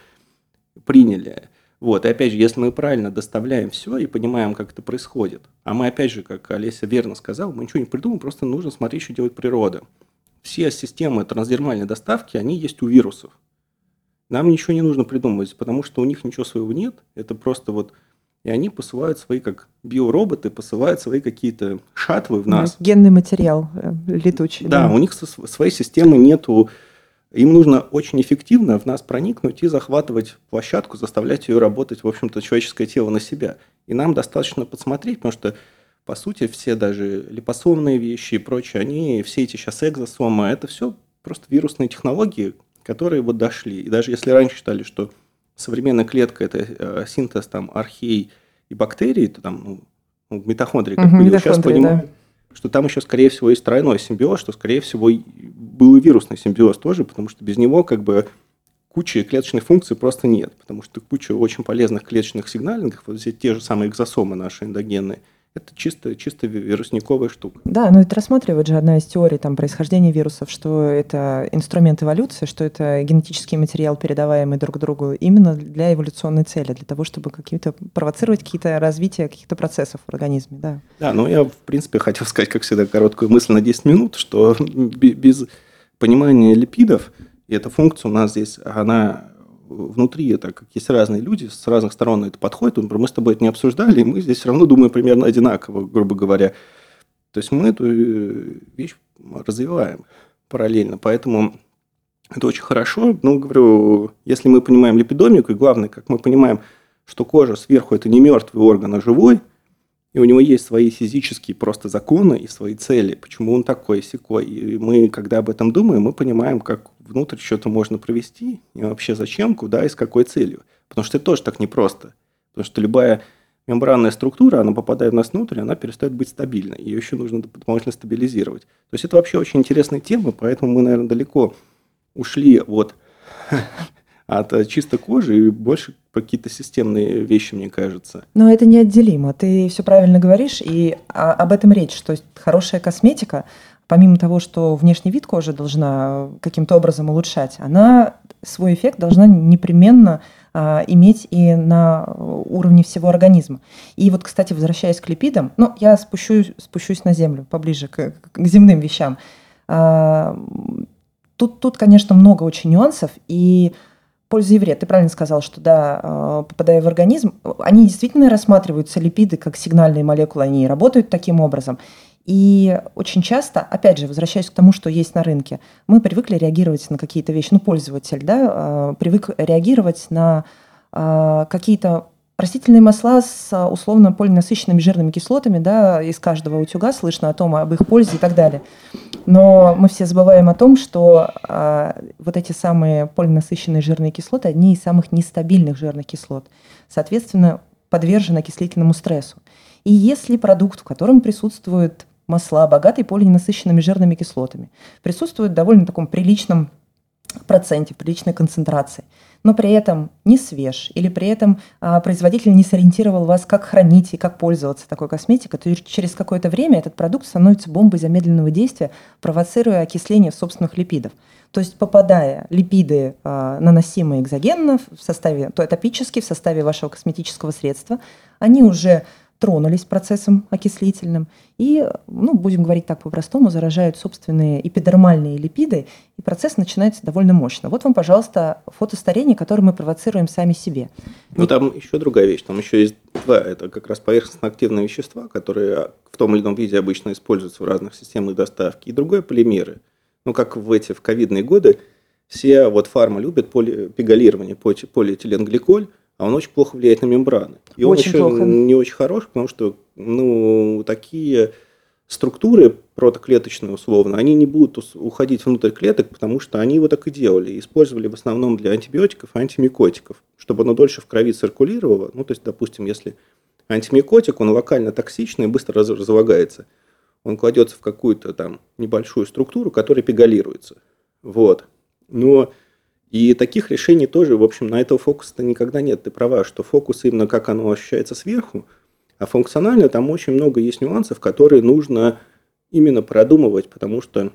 приняли. Вот. И опять же, если мы правильно доставляем все и понимаем, как это происходит, а мы, опять же, как Олеся верно сказала, мы ничего не придумаем, просто нужно смотреть, что делает природа. Все системы трансдермальной доставки, они есть у вирусов. Нам ничего не нужно придумывать, потому что у них ничего своего нет. Это просто вот... И они посылают свои, как биороботы, посылают свои какие-то шаттлы в нас. Генный материал летучий. Да, у них своей системы нету. Им нужно очень эффективно в нас проникнуть и захватывать площадку, заставлять ее работать, в общем-то, человеческое тело на себя. И нам достаточно подсмотреть, потому что, по сути, все даже липосомные вещи и прочее, они, все эти сейчас экзосомы, это все просто вирусные технологии, которые вот дошли. И даже если раньше считали, что современная клетка – это синтез там, архей и бактерий, то там митохондрии, как были, сейчас понимают, что там еще, скорее всего, есть тройной симбиоз, что, скорее всего, был и вирусный симбиоз тоже, потому что без него как бы кучи клеточных функций просто нет, потому что куча очень полезных клеточных сигнальных, вот здесь те же самые экзосомы наши эндогенные, это чисто вирусниковая штука. Да, но это рассматривает же одна из теорий там, происхождения вирусов, что это инструмент эволюции, что это генетический материал, передаваемый друг другу именно для эволюционной цели, для того, чтобы провоцировать какие-то развития каких-то процессов в организме. Да, да, ну я, в принципе, хотел сказать, как всегда, короткую мысль на 10 минут, что без понимания липидов, и эта функция у нас здесь, она... Внутри, так как есть разные люди, с разных сторон на это подходят, мы с тобой это не обсуждали, и мы здесь все равно думаем примерно одинаково, грубо говоря. То есть мы эту вещь развиваем параллельно, поэтому это очень хорошо. Ну, говорю, если мы понимаем липидомику, и главное, как мы понимаем, что кожа сверху – это не мертвый орган, а живой, и у него есть свои физические просто законы и свои цели, почему он такой, сякой. И мы, когда об этом думаем, мы понимаем, как внутрь что-то можно провести, и вообще зачем, куда и с какой целью. Потому что это тоже так непросто. Потому что любая мембранная структура, она попадает в нас внутрь, она перестает быть стабильной. Ее еще нужно дополнительно стабилизировать. То есть это вообще очень интересная тема, поэтому мы, наверное, далеко ушли от чистой кожи и больше про какие-то системные вещи, мне кажется. Но это неотделимо. Ты все правильно говоришь, и об этом речь, что хорошая косметика, помимо того, что внешний вид кожи должна каким-то образом улучшать, она свой эффект должна непременно иметь и на уровне всего организма. И вот, кстати, возвращаясь к липидам, я спущусь на землю, поближе к земным вещам. Тут, конечно, много очень нюансов, и польза и вред. Ты правильно сказал, что да, попадая в организм, они действительно рассматриваются, липиды, как сигнальные молекулы, они работают таким образом. И очень часто, опять же, возвращаясь к тому, что есть на рынке, мы привыкли реагировать на какие-то вещи, пользователь, да, привык реагировать на какие-то растительные масла с условно полиненасыщенными жирными кислотами, да, из каждого утюга слышно об их пользе и так далее. Но мы все забываем о том, что вот эти самые полиненасыщенные жирные кислоты одни из самых нестабильных жирных кислот, соответственно, подвержены окислительному стрессу. И если продукт, в котором присутствуют масла, богатые полиненасыщенными жирными кислотами, присутствуют в довольно таком приличном проценте, в приличной концентрации, но при этом не свеж, или при этом производитель не сориентировал вас, как хранить и как пользоваться такой косметикой, то через какое-то время этот продукт становится бомбой замедленного действия, провоцируя окисление собственных липидов. То есть, попадая липиды, наносимые экзогенно, топически в составе вашего косметического средства, они уже тронулись процессом окислительным и, будем говорить так по-простому, заражают собственные эпидермальные липиды, и процесс начинается довольно мощно. Вот вам, пожалуйста, фотостарение, которое мы провоцируем сами себе. Там еще другая вещь, там еще есть два, это как раз поверхностно-активные вещества, которые в том или ином виде обычно используются в разных системах доставки, и другое полимеры. Как в ковидные годы, все фарма любят пеголирование, полиэтиленгликоль, а он очень плохо влияет на мембраны. И он еще не очень хорош, потому что такие структуры протоклеточные условно, они не будут уходить внутрь клеток, потому что они его так и делали. Использовали в основном для антибиотиков и антимикотиков, чтобы оно дольше в крови циркулировало. То есть, допустим, если антимикотик, он локально токсичный и быстро разлагается, он кладется в какую-то там небольшую структуру, которая пеголируется. Но и таких решений тоже, в общем, на этого фокуса-то никогда нет. Ты права, что фокус именно как оно ощущается сверху, а функционально там очень много есть нюансов, которые нужно именно продумывать, потому что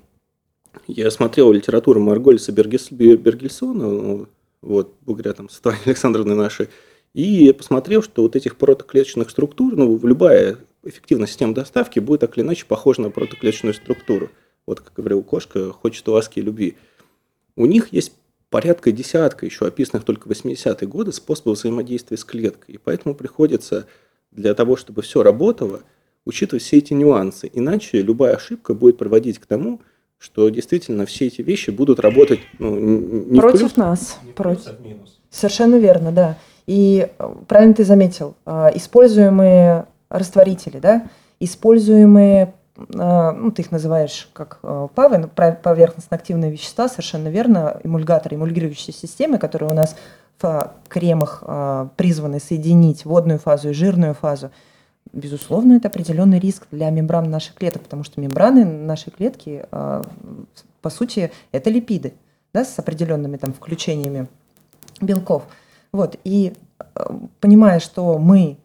я смотрел литературу Маргольца Бергельсона, вот, благодаря там Светлане Александровне нашей, и посмотрел, что вот этих протоклеточных структур, любая эффективная система доставки будет так или иначе похожа на протоклеточную структуру. Вот, как говорил кошка, хочет ласки и любви. У них есть порядка десятка, еще описанных только в 80-е годы, способов взаимодействия с клеткой. И поэтому приходится для того, чтобы все работало, учитывать все эти нюансы. Иначе любая ошибка будет приводить к тому, что действительно все эти вещи будут работать не против в плюс, нас. не в плюс, а в минус. Совершенно верно, да. И правильно ты заметил, используемые растворители, да, используемые, ты их называешь как ПАВы, поверхностно-активные вещества, совершенно верно, эмульгаторы, эмульгирующие системы, которые у нас в кремах призваны соединить водную фазу и жирную фазу. Безусловно, это определенный риск для мембран наших клеток, потому что мембраны нашей клетки, по сути, это липиды, да, с определенными там включениями белков. Вот. И понимая, что мы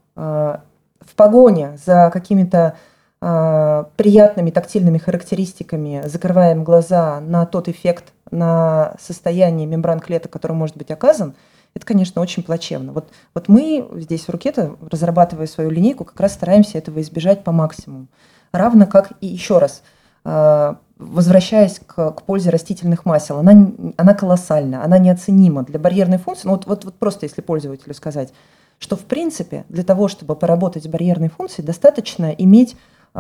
в погоне за какими-то приятными тактильными характеристиками закрываем глаза на тот эффект, на состояние мембран клеток, который может быть оказан, это, конечно, очень плачевно. Вот мы здесь в Рукета, разрабатывая свою линейку, как раз стараемся этого избежать по максимуму. Равно как и еще раз, возвращаясь к пользе растительных масел, она колоссальна, она неоценима для барьерной функции. Вот просто если пользователю сказать, что в принципе для того, чтобы поработать с барьерной функцией, достаточно иметь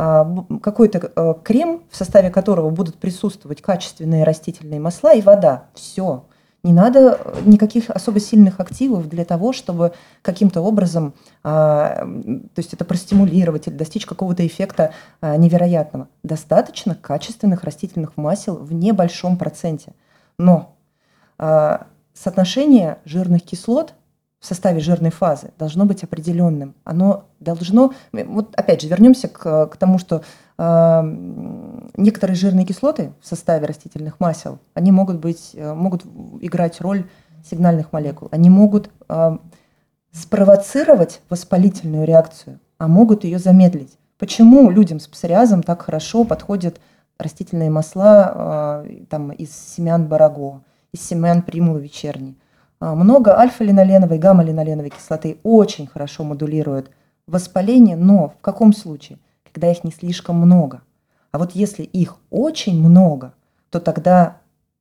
какой-то крем, в составе которого будут присутствовать качественные растительные масла и вода. Все. Не надо никаких особо сильных активов для того, чтобы каким-то образом, то есть это простимулировать или достичь какого-то эффекта невероятного. Достаточно качественных растительных масел в небольшом проценте. Но соотношение жирных кислот в составе жирной фазы должно быть определенным. Оно должно... Вот опять же, вернемся к тому, что некоторые жирные кислоты в составе растительных масел, они могут играть роль сигнальных молекул. Они могут спровоцировать воспалительную реакцию, а могут ее замедлить. Почему людям с псориазом так хорошо подходят растительные масла из семян бараго, из семян примулы вечерней? Много альфа-линоленовой, гамма-линоленовой кислоты очень хорошо модулируют воспаление, но в каком случае? Когда их не слишком много. А вот если их очень много, то тогда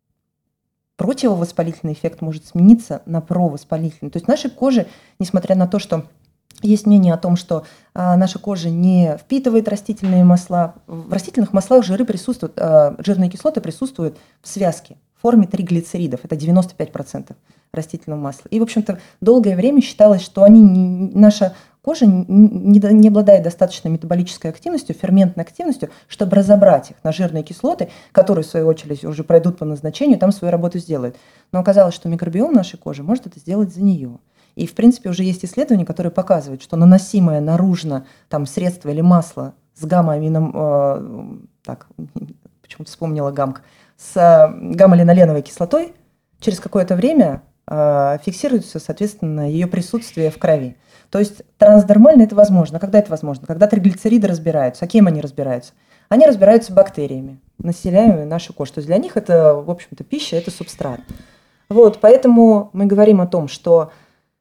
противовоспалительный эффект может смениться на провоспалительный. То есть нашей коже, несмотря на то, что есть мнение о том, что наша кожа не впитывает растительные масла, в растительных маслах жиры присутствуют, жирные кислоты присутствуют в связке в форме триглицеридов. Это 95% растительного масла. И, в общем-то, долгое время считалось, что наша кожа не обладает достаточной метаболической активностью, ферментной активностью, чтобы разобрать их на жирные кислоты, которые, в свою очередь, уже пройдут по назначению, там свою работу сделают. Но оказалось, что микробиом нашей кожи может это сделать за нее. И, в принципе, уже есть исследования, которые показывают, что наносимое наружно средство или масло с гамма-амином, почему-то вспомнила гамк, с гамма-линоленовой кислотой через какое-то время фиксируется, соответственно, ее присутствие в крови. То есть трансдермально это возможно. Когда это возможно? Когда триглицериды разбираются. А кем они разбираются? Они разбираются бактериями, населяемыми нашу кожу. То есть для них это, в общем-то, пища, это субстрат. Вот, поэтому мы говорим о том, что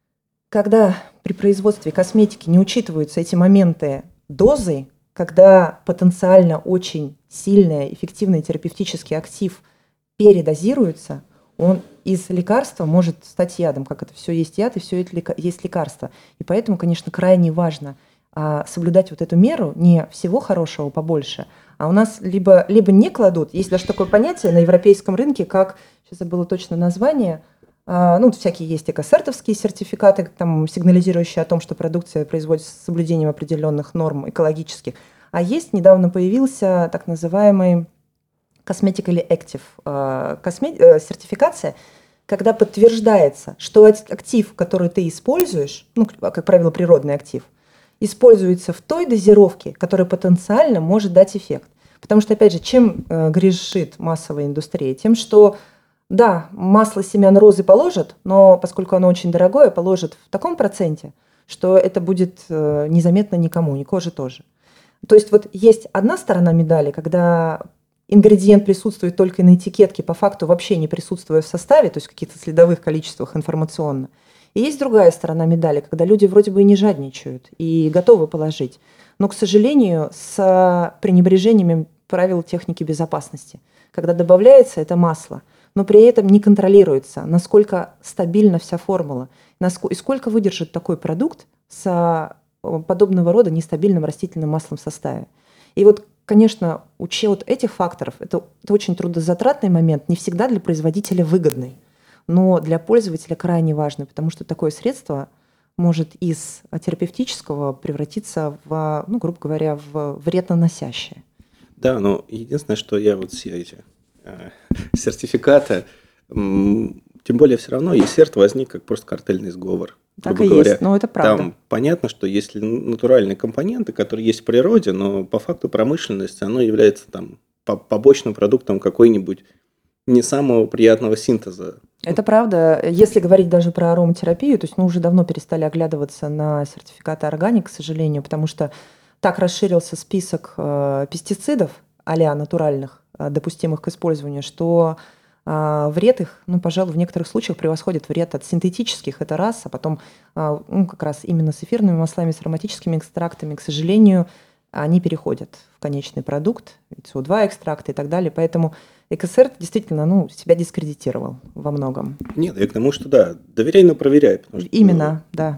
когда при производстве косметики не учитываются эти моменты дозы, когда потенциально очень сильный, эффективный терапевтический актив передозируется, он из лекарства может стать ядом, как это все есть яд и все это есть лекарство. И поэтому, конечно, крайне важно соблюдать вот эту меру, не всего хорошего побольше, а у нас либо не кладут, есть даже такое понятие на европейском рынке, как, сейчас забыла точно название, всякие есть экосертовские сертификаты, сигнализирующие о том, что продукция производится с соблюдением определенных норм экологических. А есть, недавно появился так называемый Cosmetically Active сертификация, когда подтверждается, что актив, который ты используешь, как правило, природный актив, используется в той дозировке, которая потенциально может дать эффект. Потому что, опять же, чем грешит массовая индустрия? Тем, что, да, масло семян розы положат, но поскольку оно очень дорогое, положат в таком проценте, что это будет незаметно никому, ни коже тоже. То есть вот есть одна сторона медали, когда ингредиент присутствует только на этикетке, по факту вообще не присутствуя в составе, то есть в каких-то следовых количествах информационно. И есть другая сторона медали, когда люди вроде бы и не жадничают, и готовы положить, но, к сожалению, с пренебрежением правил техники безопасности. Когда добавляется это масло, но при этом не контролируется, насколько стабильна вся формула, и сколько выдержит такой продукт с подобного рода нестабильным растительным маслом в составе. И вот, конечно, учет этих факторов – это очень трудозатратный момент, не всегда для производителя выгодный, но для пользователя крайне важный, потому что такое средство может из терапевтического превратиться в, ну, грубо говоря, в вредноносящее. Да, но единственное, что я вот все эти сертификаты, тем более все равно ЕСЕРТ возник как просто картельный сговор. Так и говоря, есть, но это правда. Там понятно, что есть натуральные компоненты, которые есть в природе, но по факту промышленности оно является там побочным продуктом какой-нибудь не самого приятного синтеза. Это правда. Если говорить даже про ароматерапию, то есть мы уже давно перестали оглядываться на сертификаты органик, к сожалению, потому что так расширился список пестицидов а-ля натуральных, допустимых к использованию, что вред их, ну, пожалуй, в некоторых случаях превосходит вред от синтетических, это раз, а потом ну, как раз именно с эфирными маслами, с ароматическими экстрактами, к сожалению, они переходят в конечный продукт, СО2 экстракты и так далее, поэтому ЭКСР действительно, ну, себя дискредитировал во многом. Нет, я к тому, что да, доверяй, но проверяй. Потому что, именно, да.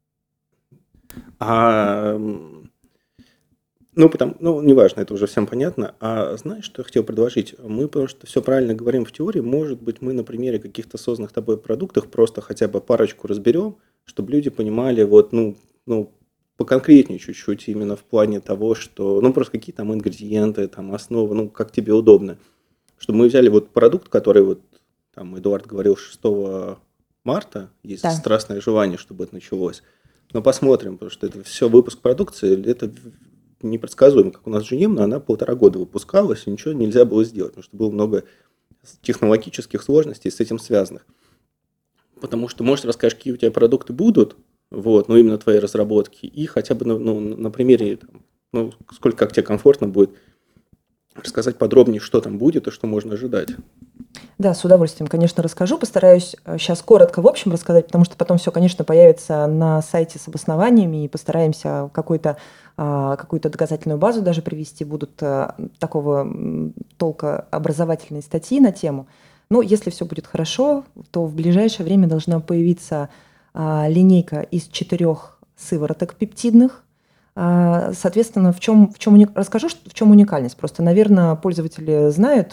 Неважно, это уже всем понятно. А знаешь, что я хотел предложить? Мы, потому что все правильно говорим в теории, может быть, мы на примере каких-то созданных тобой продуктов просто хотя бы парочку разберем, чтобы люди понимали, вот, поконкретнее чуть-чуть именно в плане того, что, просто какие там ингредиенты, там основы, как тебе удобно. Чтобы мы взяли вот продукт, который вот, там Эдуард говорил 6 марта, есть Да. страстное желание, чтобы это началось. Но посмотрим, потому что это все выпуск продукции, это непредсказуемо, как у нас GM, но она 1,5 года выпускалась, и ничего нельзя было сделать, потому что было много технологических сложностей с этим связанных. Потому что, может, расскажешь, какие у тебя продукты будут, вот, именно твои разработки, и хотя бы на примере, сколько как тебе комфортно будет рассказать подробнее, что там будет и что можно ожидать. Да, с удовольствием, конечно, расскажу. Постараюсь сейчас коротко в общем рассказать, потому что потом все, конечно, появится на сайте с обоснованиями, и постараемся какую-то доказательную базу даже привести. Будут такого толка образовательные статьи на тему. Но если все будет хорошо, то в ближайшее время должна появиться линейка из 4 сывороток пептидных. Соответственно, расскажу, в чем уникальность. Просто, наверное, пользователи знают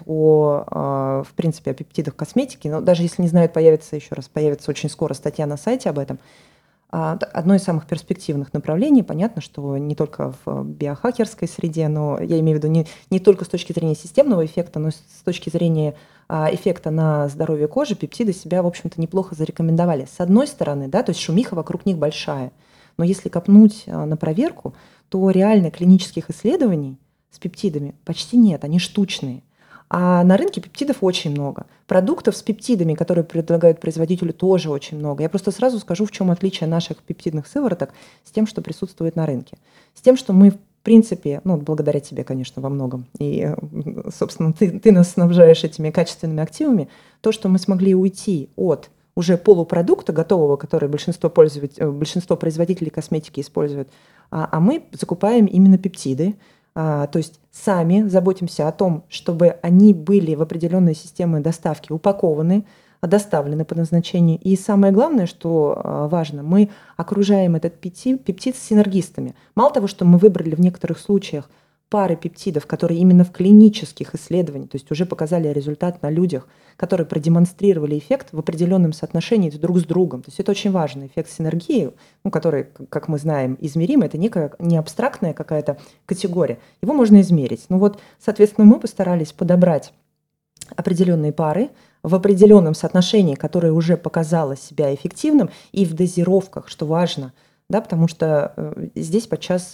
в принципе, о пептидах косметики, но даже если не знают, появится очень скоро статья на сайте об этом. Одно из самых перспективных направлений, понятно, что не только в биохакерской среде, но я имею в виду не только с точки зрения системного эффекта, но и с точки зрения эффекта на здоровье кожи, пептиды себя, в общем-то, неплохо зарекомендовали. С одной стороны, да, то есть шумиха вокруг них большая. Но если копнуть на проверку, то реально клинических исследований с пептидами почти нет, они штучные. А на рынке пептидов очень много. Продуктов с пептидами, которые предлагают производителю, тоже очень много. Я просто сразу скажу, в чем отличие наших пептидных сывороток с тем, что присутствует на рынке. С тем, что мы, в принципе, благодаря тебе, конечно, во многом, и, собственно, ты нас снабжаешь этими качественными активами, то, что мы смогли уйти от уже полупродукта готового, который большинство производителей косметики используют, а мы закупаем именно пептиды, то есть сами заботимся о том, чтобы они были в определенной системе доставки упакованы, доставлены по назначению. И самое главное, что важно, мы окружаем этот пептид с синергистами. Мало того, что мы выбрали в некоторых случаях пары пептидов, которые именно в клинических исследованиях, то есть уже показали результат на людях, которые продемонстрировали эффект в определенном соотношении друг с другом. То есть это очень важный эффект синергии, который, как мы знаем, измерим. Это не абстрактная какая-то категория. Его можно измерить. Соответственно, мы постарались подобрать определенные пары в определенном соотношении, которое уже показало себя эффективным, и в дозировках, что важно, да, потому что здесь подчас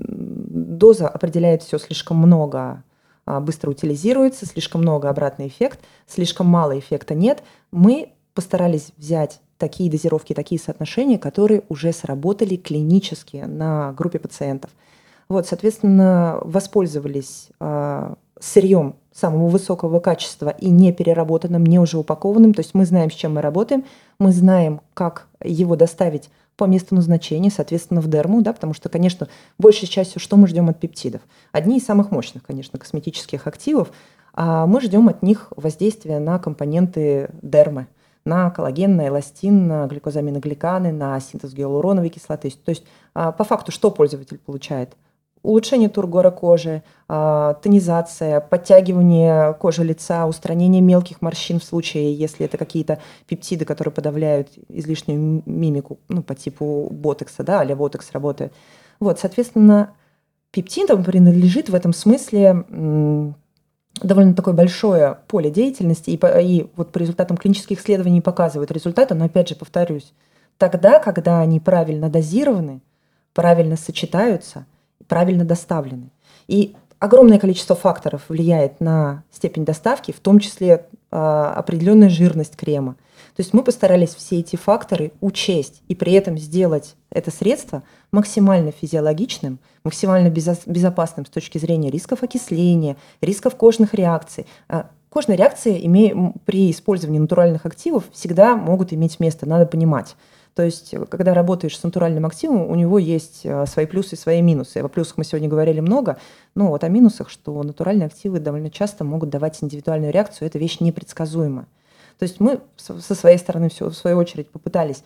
доза определяет все слишком много, быстро утилизируется, слишком много обратный эффект, слишком мало эффекта нет. Мы постарались взять такие дозировки, такие соотношения, которые уже сработали клинически на группе пациентов. Вот, соответственно, воспользовались сырьем самого высокого качества и не переработанным, не уже упакованным. То есть мы знаем, с чем мы работаем, мы знаем, как его доставить по месту назначения, соответственно, в дерму, да, потому что, конечно, большей частью, что мы ждем от пептидов? Одни из самых мощных, конечно, косметических активов, а мы ждем от них воздействия на компоненты дермы, на коллаген, на эластин, на гликозаминогликаны, на синтез гиалуроновой кислоты. То есть по факту что пользователь получает? Улучшение тургора кожи, тонизация, подтягивание кожи лица, устранение мелких морщин в случае, если это какие-то пептиды, которые подавляют излишнюю мимику, ну, по типу ботокса, да, а-ля ботокс работает. Вот, соответственно, пептидам принадлежит в этом смысле довольно такое большое поле деятельности, и вот по результатам клинических исследований показывают результаты, но опять же повторюсь, тогда, когда они правильно дозированы, правильно сочетаются, правильно доставлены. И огромное количество факторов влияет на степень доставки, в том числе определенная жирность крема. То есть мы постарались все эти факторы учесть и при этом сделать это средство максимально физиологичным, максимально безопасным с точки зрения рисков окисления, рисков кожных реакций. Кожные реакции при использовании натуральных активов всегда могут иметь место, надо понимать. То есть, когда работаешь с натуральным активом, у него есть свои плюсы и свои минусы. О плюсах мы сегодня говорили много, но вот о минусах, что натуральные активы довольно часто могут давать индивидуальную реакцию, эта вещь непредсказуема. То есть мы со своей стороны, в свою очередь, попытались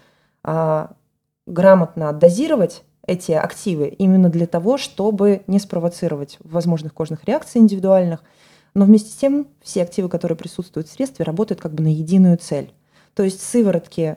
грамотно дозировать эти активы именно для того, чтобы не спровоцировать возможных кожных реакций индивидуальных, но вместе с тем все активы, которые присутствуют в средстве, работают как бы на единую цель. То есть сыворотки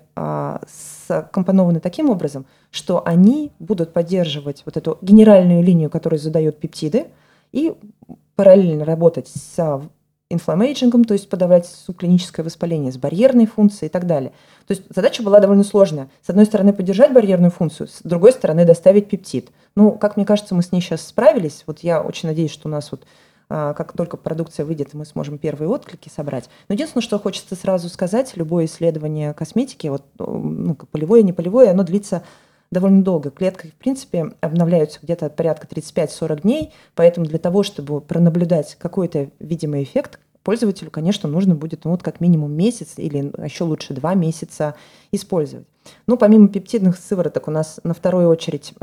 скомпонованы таким образом, что они будут поддерживать вот эту генеральную линию, которую задают пептиды, и параллельно работать с инфламмейджингом, то есть подавлять субклиническое воспаление, с барьерной функцией и так далее. То есть задача была довольно сложная. С одной стороны, поддержать барьерную функцию, с другой стороны, доставить пептид. Ну, как мне кажется, мы с ней сейчас справились. Вот я очень надеюсь, что у нас вот как только продукция выйдет, мы сможем первые отклики собрать. Но единственное, что хочется сразу сказать, любое исследование косметики, вот, ну, полевое, не полевое, оно длится довольно долго. Клетки, в принципе, обновляются где-то порядка 35-40 дней, поэтому для того, чтобы пронаблюдать какой-то видимый эффект, пользователю, конечно, нужно будет вот как минимум месяц или еще лучше 2 месяца использовать. Ну, помимо пептидных сывороток у нас во вторую очередь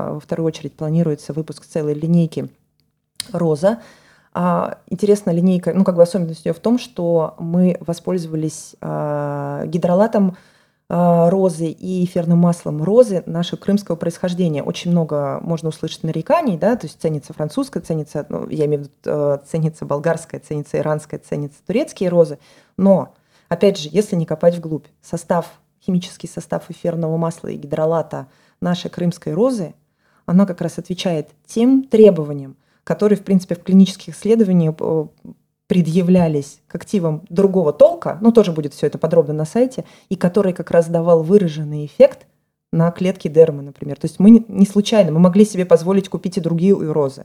планируется выпуск целой линейки «Роза». Интересная линейка, ну, как бы особенность ее в том, что мы воспользовались гидролатом розы и эфирным маслом розы нашего крымского происхождения. Очень много можно услышать нареканий, да, то есть ценится французская, ценится, ну, я имею в виду, ценится болгарская, ценится иранская, ценятся турецкие розы. Но, опять же, если не копать вглубь, химический состав эфирного масла и гидролата нашей крымской розы, она как раз отвечает тем требованиям, которые, в принципе, в клинических исследованиях предъявлялись к активам другого толка, ну, тоже будет все это подробно на сайте, и который как раз давал выраженный эффект на клетки дермы, например. То есть мы не случайно, мы могли себе позволить купить и другие розы.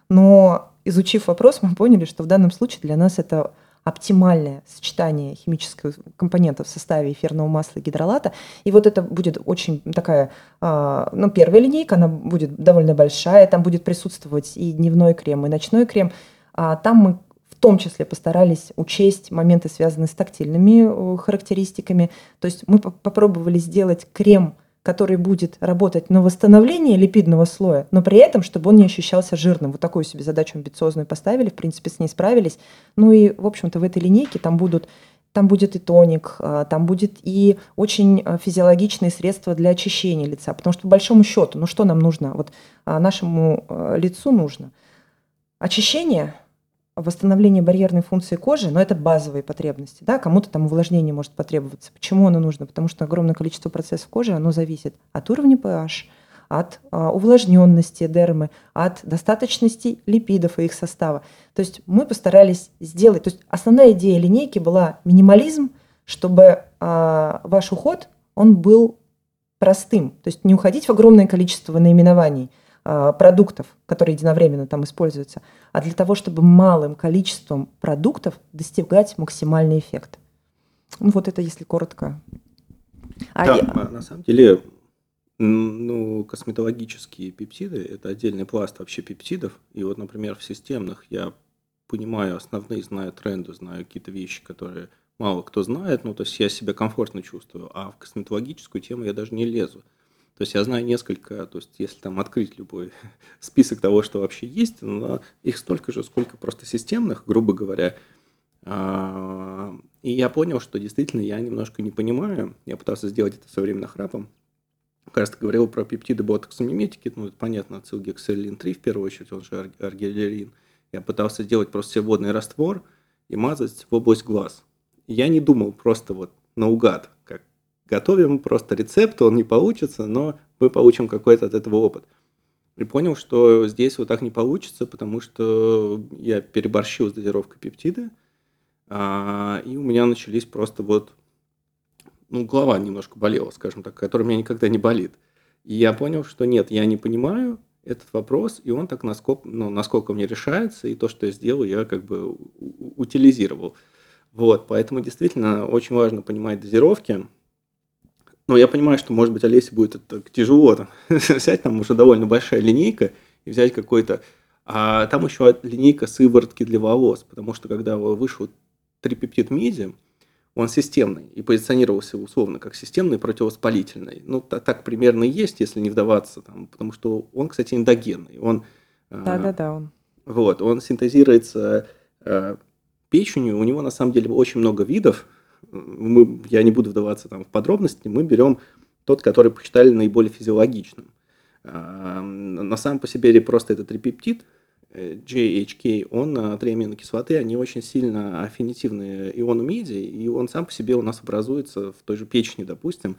Но, изучив вопрос, мы поняли, что в данном случае для нас это оптимальное сочетание химических компонентов в составе эфирного масла и гидролата. И вот это будет очень такая, ну, первая линейка, она будет довольно большая, там будет присутствовать и дневной крем, и ночной крем. Там мы в том числе постарались учесть моменты, связанные с тактильными характеристиками. То есть мы попробовали сделать крем, который будет работать на восстановление липидного слоя, но при этом, чтобы он не ощущался жирным. Вот такую себе задачу амбициозную поставили, в принципе, с ней справились. Ну и, в общем-то, в этой линейке там будет и тоник, там будет и очень физиологичные средства для очищения лица. Потому что, по большому счету, ну что нам нужно? Вот нашему лицу нужно очищение, восстановление барьерной функции кожи, но это базовые потребности. Да? Кому-то там увлажнение может потребоваться. Почему оно нужно? Потому что огромное количество процессов кожи, оно зависит от уровня pH, от увлажненности дермы, от достаточности липидов и их состава. То есть мы постарались сделать... То есть основная идея линейки была минимализм, чтобы ваш уход, он был простым. То есть не уходить в огромное количество наименований продуктов, которые единовременно там используются, а для того, чтобы малым количеством продуктов достигать максимальный эффект. Ну, вот это если коротко. Да, на самом деле Ну, косметологические пептиды – это отдельный пласт вообще пептидов. И вот, например, в системных я понимаю основные, знаю тренды, знаю какие-то вещи, которые мало кто знает. Ну, то есть я себя комфортно чувствую. А в косметологическую тему я даже не лезу. То есть я знаю несколько, то есть если там открыть любой список того, что вообще есть, но их столько же, сколько просто системных, грубо говоря. И я понял, что действительно я немножко не понимаю. Я пытался сделать это все время нахрапом. Как раз ты говорил про пептиды ботоксомиметики, ну, это понятно, ацилгексайлин-3 в первую очередь, он же аргирин. Я пытался сделать просто себе водный раствор и мазать в область глаз. И я не думал просто вот наугад, как готовим просто рецепт, он не получится, но мы получим какой-то от этого опыт. И понял, что здесь вот так не получится, потому что я переборщил с дозировкой пептида, и у меня начались просто вот ну, голова немножко болела, скажем так, которая у меня никогда не болит. И я понял, что нет, я не понимаю этот вопрос, и он так насколько мне решается, и то, что я сделал, я как бы утилизировал. Вот, поэтому действительно очень важно понимать дозировки. Но я понимаю, что, может быть, Олесе будет это тяжело там, взять, там уже довольно большая линейка, и взять какой-то... А там еще линейка сыворотки для волос, потому что когда вышел трипептид меди, он системный и позиционировался условно как системный противовоспалительный. Ну, так примерно и есть, если не вдаваться, там, потому что он, кстати, эндогенный. Он, Да-да-да, он. вот, он синтезируется печенью, у него на самом деле очень много видов. Я не буду вдаваться там, в подробности, мы берем тот, который посчитали наиболее физиологичным. На самом по себе просто это трипептид, JHK, он, три аминокислоты, они очень сильно аффинитивные иону меди, и он сам по себе у нас образуется в той же печени, допустим.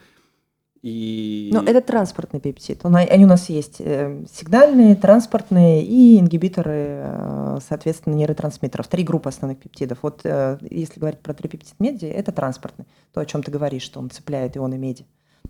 Но это транспортный пептид. Они у нас есть сигнальные, транспортные и ингибиторы, соответственно, нейротрансмиттеров. 3 группы основных пептидов. Вот если говорить про трипептид меди, это транспортный. То, о чем ты говоришь, что он цепляет ионы меди.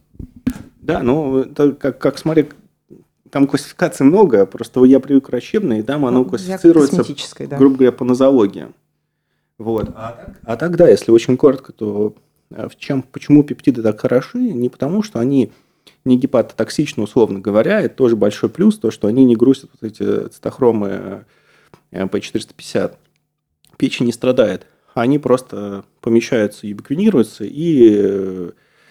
Да, ну, это как смотри, там классификаций много, просто я привык к врачебной, и там оно классифицируется, да. грубо говоря, по нозологии. Вот. А так, да, если очень коротко, то почему пептиды так хороши? Не потому, что они не гепатотоксичны, условно говоря, это тоже большой плюс, то, что они не грузят вот эти цитохромы P450. Печень не страдает. Они просто помещаются, юбиквинируются, и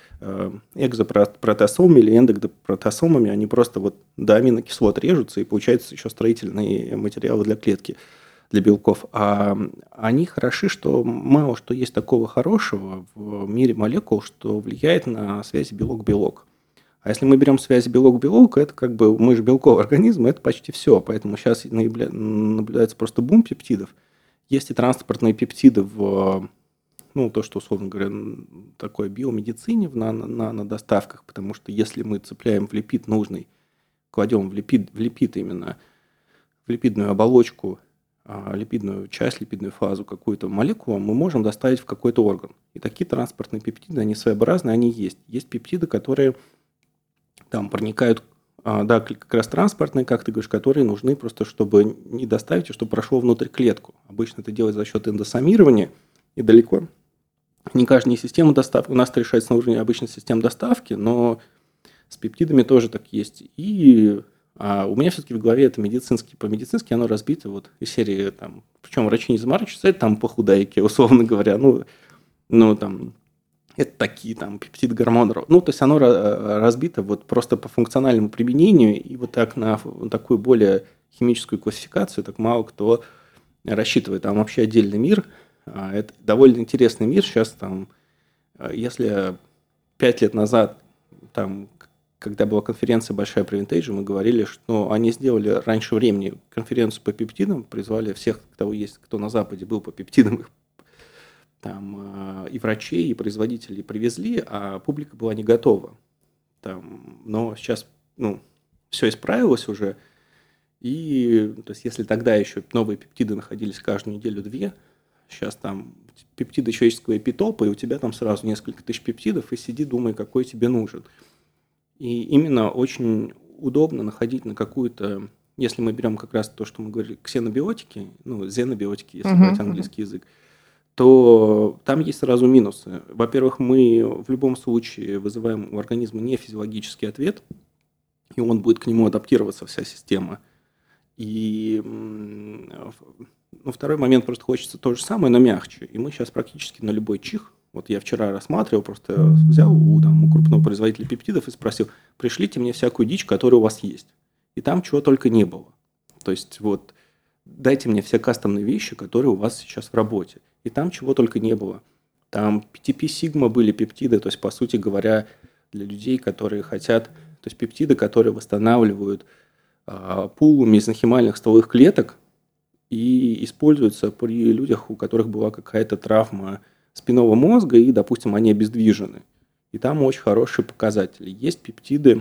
экзопротеосомами или эндопротеосомами они просто вот до аминокислот режутся, и получается еще строительные материалы для клетки, для белков. А они хороши, что мало что есть такого хорошего в мире молекул, что влияет на связь белок-белок. А если мы берем связь белок-белок, это как бы мы же белковый организм, это почти все. Поэтому сейчас наблюдается просто бум пептидов. Есть и транспортные пептиды в, ну, то, что, условно говоря, такое биомедицине в нанодоставках, потому что если мы цепляем в липид нужный, кладем в липид именно, в липидную оболочку, липидную часть, липидную фазу, какую-то молекулу, мы можем доставить в какой-то орган. И такие транспортные пептиды, они своеобразные, они есть. Есть пептиды, которые там проникают, да, как раз транспортные, как ты говоришь, которые нужны просто, чтобы не доставить, а чтобы прошло внутрь клетку. Обычно это делается за счет эндосомирования, и далеко не каждая система доставки. У нас это решается на уровне обычной системы доставки, но с пептидами тоже так есть. И у меня все-таки в голове это по-медицински оно разбито вот из серии, там, причем врачи не заморачиваются, это там похудайки, условно говоря, ну там, это такие там пептид гормон. Ну, то есть оно разбито вот просто по функциональному применению, и вот так на такую более химическую классификацию так мало кто рассчитывает. Там вообще отдельный мир. Это довольно интересный мир. Сейчас там, если 5 лет назад, там, когда была конференция большая про Vintage, мы говорили, что они сделали раньше времени конференцию по пептидам, призвали всех, кто на Западе был по пептидам, их там и врачей, и производителей привезли, а публика была не готова. Там, но сейчас все исправилось уже. И то есть, если тогда еще новые пептиды находились каждую неделю-две, сейчас там пептиды человеческого эпитопа, и у тебя там сразу несколько тысяч пептидов, и сиди, думай, какой тебе нужен. И именно очень удобно находить на какую-то, если мы берем как раз то, что мы говорили, ксенобиотики, зенобиотики, если брать английский язык, то там есть сразу минусы. Во-первых, мы в любом случае вызываем у организма не физиологический ответ, и он будет к нему адаптироваться, вся система. И второй момент, просто хочется то же самое, но мягче. И мы сейчас практически на любой чих, вот я вчера рассматривал, просто взял у крупного производителя пептидов и спросил, пришлите мне всякую дичь, которая у вас есть. И там чего только не было. То есть вот дайте мне все кастомные вещи, которые у вас сейчас в работе. И там чего только не было. Там PTP-Sigma были пептиды, то есть, по сути говоря, для людей, которые хотят, то есть пептиды, которые восстанавливают пул мезонхимальных стволовых клеток и используются при людях, у которых была какая-то травма спинного мозга, и, допустим, они обездвижены. И там очень хорошие показатели. Есть пептиды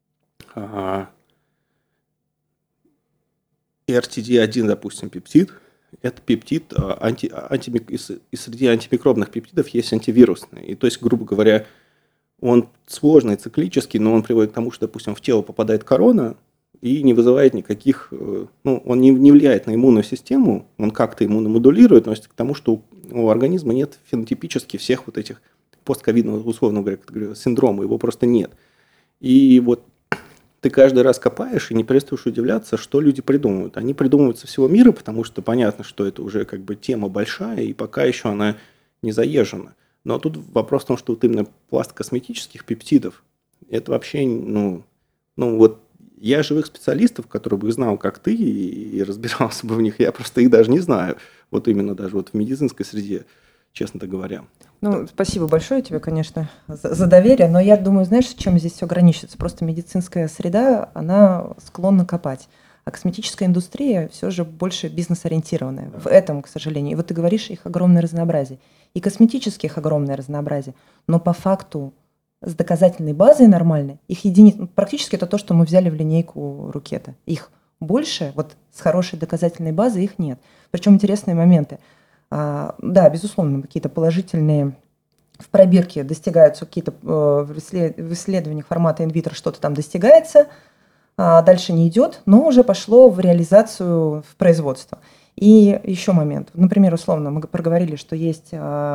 RTD1, допустим, пептид. Это пептид, и среди антимикробных пептидов есть антивирусные. И то есть, грубо говоря, он сложный, циклический, но он приводит к тому, что, допустим, в тело попадает корона и не вызывает никаких... он не влияет на иммунную систему, он как-то иммуномодулирует, но к тому, что у организма нет фенотипически всех вот этих постковидного, условно говоря, синдрома, его просто нет. И вот ты каждый раз копаешь и не перестаешь удивляться, что люди придумывают. Они придумывают со всего мира, потому что понятно, что это уже как бы тема большая, и пока еще она не заезжена. Но тут вопрос в том, что вот именно пласт косметических пептидов, это вообще, вот я живых специалистов, которые бы знал, как ты, и разбирался бы в них, я просто их даже не знаю. Вот именно даже вот в медицинской среде, честно говоря. Спасибо большое тебе, конечно, за доверие, но я думаю, знаешь, чем здесь все граничится? Просто медицинская среда, она склонна копать. А косметическая индустрия все же больше бизнес-ориентированная. В этом, к сожалению. И вот ты говоришь, их огромное разнообразие. И косметических огромное разнообразие. Но по факту с доказательной базой нормальной, их практически это то, что мы взяли в линейку Рукета. Их больше, вот с хорошей доказательной базой их нет. Причем интересные моменты. Да, безусловно, какие-то положительные в пробирке достигаются, какие-то в исследованиях формата инвитро что-то там достигается, дальше не идет, но уже пошло в реализацию, в производство. И еще момент. Например, условно, мы проговорили, что есть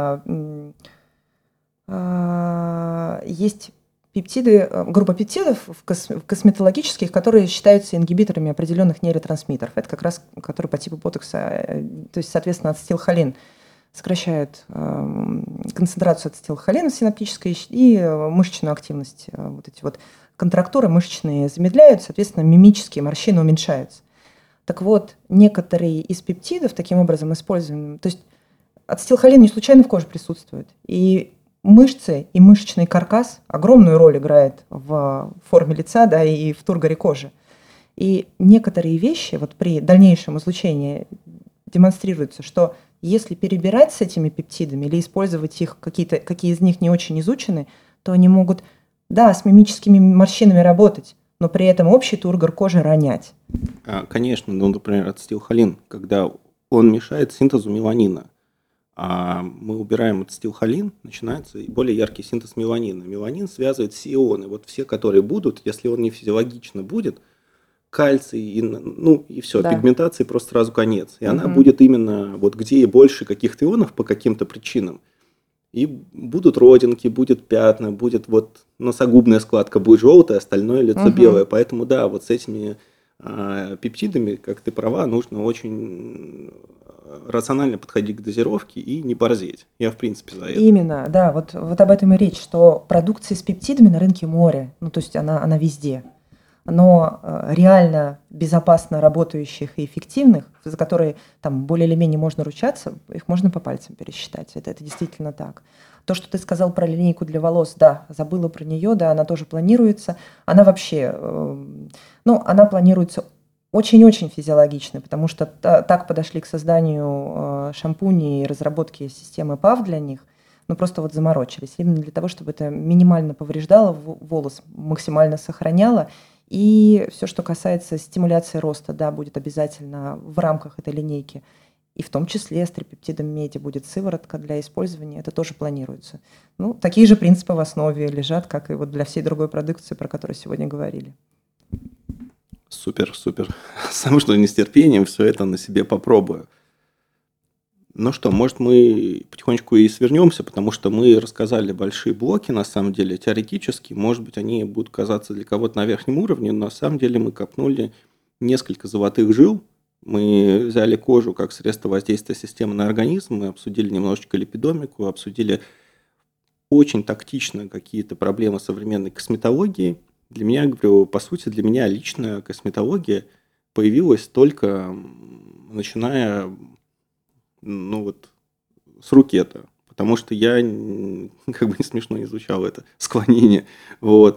пептиды, группа пептидов косметологических, которые считаются ингибиторами определенных нейротрансмиттеров. Это как раз, которые по типу ботокса, то есть, соответственно, ацетилхолин сокращают концентрацию ацетилхолина синаптической и мышечную активность. Вот эти вот контрактуры мышечные замедляют, соответственно, мимические морщины уменьшаются. Так вот, некоторые из пептидов таким образом используем, то есть ацетилхолин не случайно в коже присутствует, и мышцы и мышечный каркас огромную роль играет в форме лица, да, и в тургоре кожи. И некоторые вещи вот при дальнейшем излучении демонстрируется, что если перебирать с этими пептидами или использовать их, какие из них не очень изучены, то они могут, да, с мимическими морщинами работать, но при этом общий тургор кожи ронять. Конечно, например, ацетилхолин, когда он мешает синтезу меланина, а мы убираем ацетилхолин, начинается более яркий синтез меланина. Меланин связывает все ионы, вот все, которые будут, если он не физиологично будет, кальций, и все, да. Пигментации просто сразу конец. И она будет именно вот где больше каких-то ионов по каким-то причинам. И будут родинки, будет пятна, будет вот носогубная складка, будет желтая, остальное лицо белое. Поэтому да, вот с этими пептидами, как ты права, нужно очень рационально подходить к дозировке и не борзеть. Я, в принципе, за это. Именно, да, вот об этом и речь, что продукции с пептидами на рынке море, то есть она везде. Но реально безопасно работающих и эффективных, за которые там более или менее можно ручаться, их можно по пальцам пересчитать. Это действительно так. То, что ты сказал про линейку для волос, да, забыла про нее, да, она тоже планируется. Она вообще, она планируется очень-очень физиологично, потому что так подошли к созданию шампуней и разработке системы ПАВ для них, просто вот заморочились. Именно для того, чтобы это минимально повреждало волос, максимально сохраняло. И все, что касается стимуляции роста, да, будет обязательно в рамках этой линейки. И в том числе с трипептидом меди будет сыворотка для использования. Это тоже планируется. Такие же принципы в основе лежат, как и вот для всей другой продукции, про которую сегодня говорили. Супер, супер. Сам что не с терпением все это на себе попробую. Ну что, может, мы потихонечку и свернемся, потому что мы рассказали большие блоки, на самом деле, теоретически. Может быть, они будут казаться для кого-то на верхнем уровне, но на самом деле мы копнули несколько золотых жил. Мы взяли кожу как средство воздействия системы на организм, мы обсудили немножечко липидомику, обсудили очень тактично какие-то проблемы современной косметологии. Для меня, говорю, по сути, для меня личная косметология появилась только начиная, ну вот, с рукета. Потому что я, как бы не смешно изучал это склонение. Вот.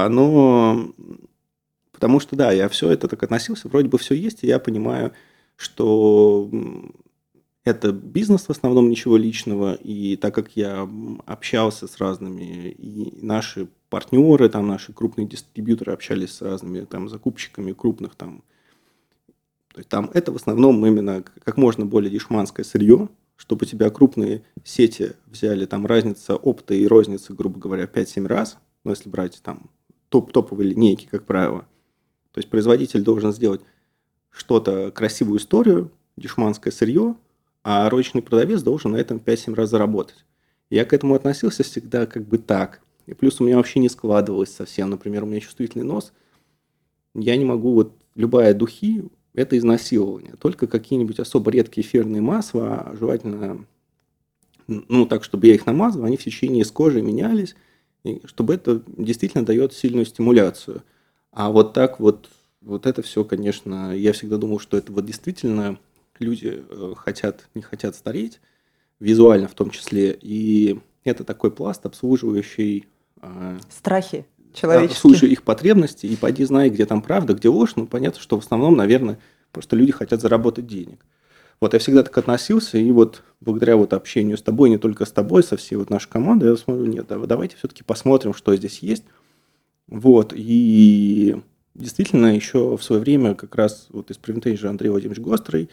Потому что, да, я все это так относился, вроде бы все есть, и я понимаю, что это бизнес в основном, ничего личного, и так как я общался с разными, и наши партнеры, там, наши крупные дистрибьюторы общались с разными там, закупщиками крупных, там, то есть там это в основном именно как можно более дешманское сырье, чтобы у тебя крупные сети взяли там разница опта и розницы, грубо говоря, 5-7 раз, ну, если брать там топовые линейки, как правило. То есть производитель должен сделать что-то, красивую историю, дешманское сырье, а розничный продавец должен на этом 5-7 раз заработать. Я к этому относился всегда как бы так. И плюс у меня вообще не складывалось совсем. Например, у меня чувствительный нос. Я не могу, вот любая духи, это изнасилование. Только какие-нибудь особо редкие эфирные масла, желательно, ну, так, чтобы я их намазывал, они в течение с кожей менялись, и чтобы это действительно дает сильную стимуляцию. А вот так вот это все, конечно, я всегда думал, что это вот действительно люди не хотят стареть, визуально в том числе, и это такой пласт, обслуживающий Страхи обслуживающий человеческие. их потребности, и пойди знай, где там правда, где ложь. Ну, понятно, что в основном, наверное, просто люди хотят заработать денег. Вот я всегда так относился, и вот благодаря вот общению с тобой, не только с тобой, со всей вот нашей командой, я смотрю, нет, давайте все-таки посмотрим, что здесь есть. Вот, и действительно, еще в свое время как раз вот из Превентейджа Андрей Владимирович Гострый,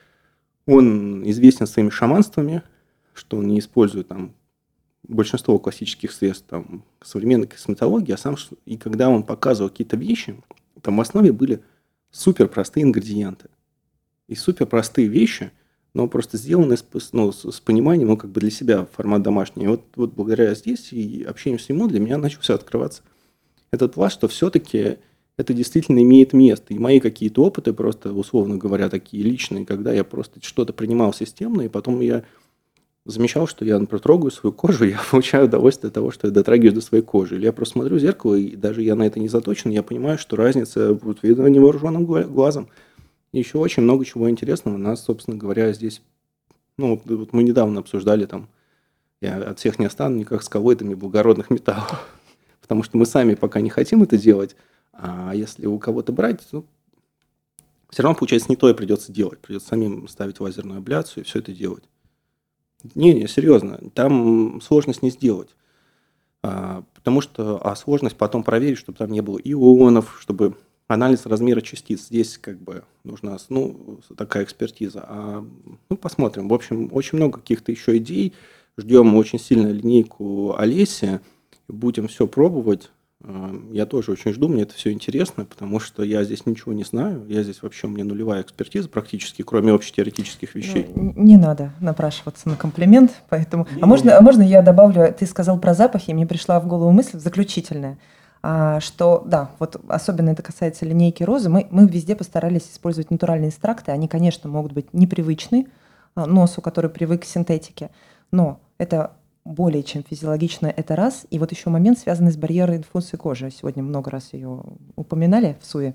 он известен своими шаманствами, что он не использует там большинство классических средств там, современной косметологии, и когда он показывал какие-то вещи, там в основе были супер простые ингредиенты. И супер простые вещи, но просто сделаны с пониманием, ну, как бы для себя формат домашний. И вот благодаря здесь и общению с ним для меня начался открываться этот пласт, что все-таки это действительно имеет место. И мои какие-то опыты, просто, условно говоря, такие личные, когда я просто что-то принимал системно, и потом я замечал, что я, например, трогаю свою кожу, я получаю удовольствие от того, что я дотрагиваюсь до своей кожи. Или я просто смотрю в зеркало, и даже я на это не заточен, я понимаю, что разница будет видна невооруженным глазом. И еще очень много чего интересного. Нас, собственно говоря, здесь... Ну, вот мы недавно обсуждали там, я от всех не остану никак с коллоидами благородных металлов. Потому что мы сами пока не хотим это делать, а если у кого-то брать, ну, все равно, получается, не то и придется делать. Придется самим ставить лазерную абляцию и все это делать. Не, серьезно, там сложность не сделать. Потому что сложность потом проверить, чтобы там не было ионов, чтобы анализ размера частиц. Здесь как бы нужна такая экспертиза. Посмотрим. В общем, очень много каких-то еще идей. Ждем очень сильно линейку Олеси. Будем все пробовать. Я тоже очень жду, мне это все интересно, потому что я здесь ничего не знаю. Я здесь вообще, у меня нулевая экспертиза практически, кроме общетеоретических вещей. Ну, не надо напрашиваться на комплимент, поэтому... А можно я добавлю, ты сказал про запахи, и мне пришла в голову мысль заключительная, что, да, вот особенно это касается линейки розы, мы везде постарались использовать натуральные экстракты, они, конечно, могут быть непривычны носу, который привык к синтетике, но это более чем физиологично, это раз. И вот еще момент, связанный с барьерной функцией кожи. Сегодня много раз ее упоминали в СУЕ.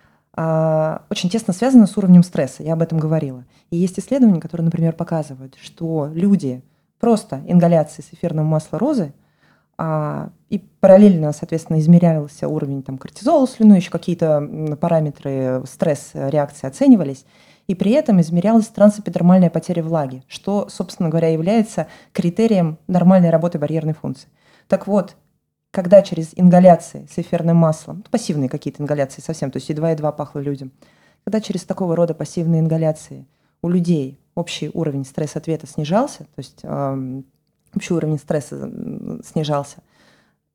Очень тесно связано с уровнем стресса, я об этом говорила. И есть исследования, которые, например, показывают, что люди просто ингаляции с эфирного масла розы, и параллельно, соответственно, измерялся уровень там, кортизола в слюну, еще какие-то параметры стресс-реакции оценивались, и при этом измерялась трансэпидермальная потеря влаги, что, собственно говоря, является критерием нормальной работы барьерной функции. Так вот, когда через ингаляции с эфирным маслом, пассивные какие-то ингаляции совсем, то есть едва-едва пахло людям, когда через такого рода пассивные ингаляции у людей общий уровень стресс-ответа снижался, то есть общий уровень стресса снижался,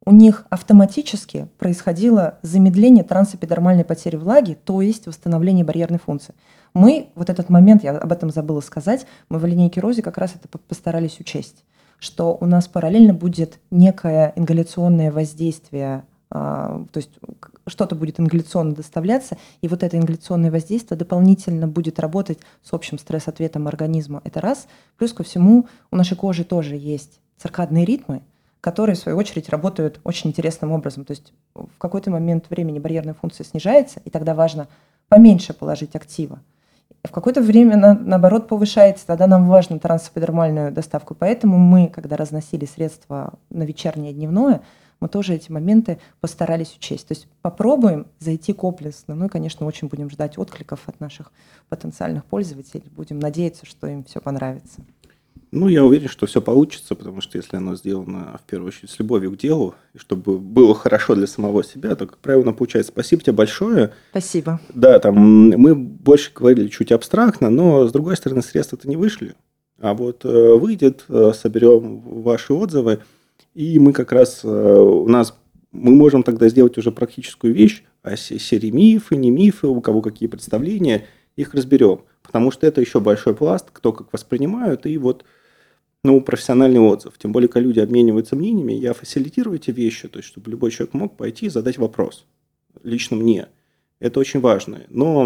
у них автоматически происходило замедление трансэпидермальной потери влаги, то есть восстановление барьерной функции. Мы, вот этот момент, я об этом забыла сказать, мы в линейке РОЗИ как раз это постарались учесть, что у нас параллельно будет некое ингаляционное воздействие, то есть что-то будет ингаляционно доставляться, и вот это ингаляционное воздействие дополнительно будет работать с общим стресс-ответом организма. Это раз. Плюс ко всему у нашей кожи тоже есть циркадные ритмы, которые, в свою очередь, работают очень интересным образом. То есть в какой-то момент времени барьерная функция снижается, и тогда важно поменьше положить актива. В какое-то время, наоборот, повышается, тогда нам важно трансэпидермальную доставку. Поэтому мы, когда разносили средства на вечернее и дневное, мы тоже эти моменты постарались учесть. То есть попробуем зайти комплексно. Ну и, конечно, очень будем ждать откликов от наших потенциальных пользователей. Будем надеяться, что им все понравится. Ну, я уверен, что все получится, потому что если оно сделано, в первую очередь, с любовью к делу, и чтобы было хорошо для самого себя, то, как правило, оно получается. Спасибо тебе большое. Спасибо. Да, там мы больше говорили чуть абстрактно, но, с другой стороны, средства-то не вышли. А вот выйдет, соберем ваши отзывы, и мы как раз, мы можем тогда сделать уже практическую вещь о серии мифы, не мифы, у кого какие представления, их разберем. Потому что это еще большой пласт, кто как воспринимают, и вот профессиональный отзыв. Тем более, когда люди обмениваются мнениями, я фасилитирую эти вещи, то есть, чтобы любой человек мог пойти и задать вопрос. Лично мне. Это очень важно.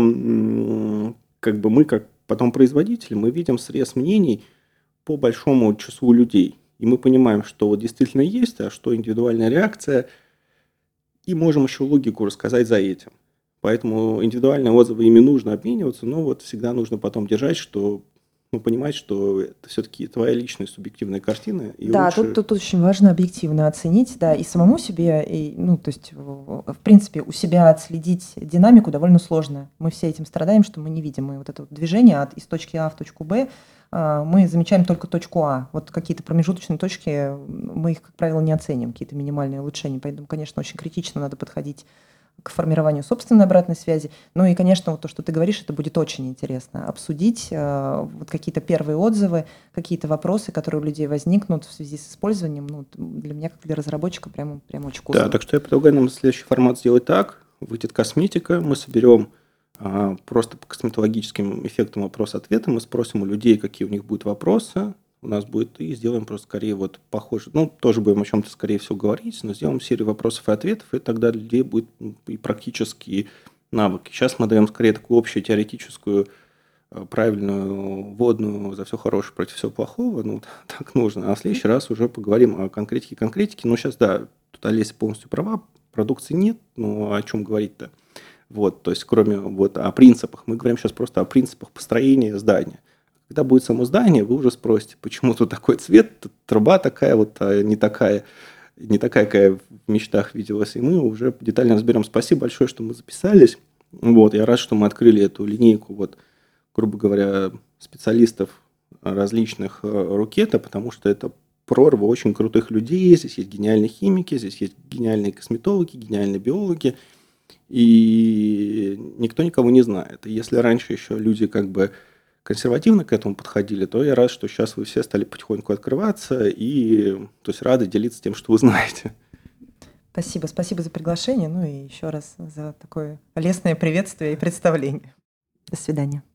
Но как бы мы, как потом производители, мы видим срез мнений по большому числу людей. И мы понимаем, что вот действительно есть, а что индивидуальная реакция. И можем еще логику рассказать за этим. Поэтому индивидуальные отзывы, ими нужно обмениваться, но вот всегда нужно потом держать, что понимать, что это все-таки твоя личная субъективная картина. И да, лучше... тут очень важно объективно оценить, да, и самому себе, и, то есть, в принципе, у себя отследить динамику довольно сложно. Мы все этим страдаем, что мы не видим. Мы вот это вот движение из точки А в точку Б, мы замечаем только точку А. Вот какие-то промежуточные точки, мы их, как правило, не оценим, какие-то минимальные улучшения. Поэтому, конечно, очень критично надо подходить к формированию собственной обратной связи. Ну и, конечно, вот то, что ты говоришь, это будет очень интересно. Обсудить вот какие-то первые отзывы, какие-то вопросы, которые у людей возникнут в связи с использованием. Для меня, как для разработчика, прямо очень вкусно. Да, так что я предлагаю нам следующий формат сделать так. Выйдет косметика, мы соберем просто по косметологическим эффектам вопрос-ответы, мы спросим у людей, какие у них будут вопросы, у нас будет, и сделаем просто скорее вот похоже. Тоже будем о чем-то, скорее всего, говорить, но сделаем серию вопросов и ответов, и тогда для людей будет и практические навыки. Сейчас мы даем скорее такую общую теоретическую, правильную, вводную за все хорошее против всего плохого, так нужно. А в следующий раз уже поговорим о конкретике. Но сейчас, да, тут Олеся полностью права, продукции нет, но о чем говорить-то? Вот, то есть, кроме о принципах, мы говорим сейчас просто о принципах построения здания. Когда будет само здание, вы уже спросите, почему тут такой цвет, тут труба такая вот, а не такая, какая в мечтах виделась. И мы уже детально разберем. Спасибо большое, что мы записались. Я рад, что мы открыли эту линейку, грубо говоря, специалистов различных Рокета, потому что это прорва очень крутых людей. Здесь есть гениальные химики, здесь есть гениальные косметологи, гениальные биологи. И никто никого не знает. И если раньше еще люди консервативно к этому подходили, то я рад, что сейчас вы все стали потихоньку открываться и то есть рады делиться тем, что вы знаете. Спасибо за приглашение, и еще раз за такое лестное приветствие и представление. До свидания.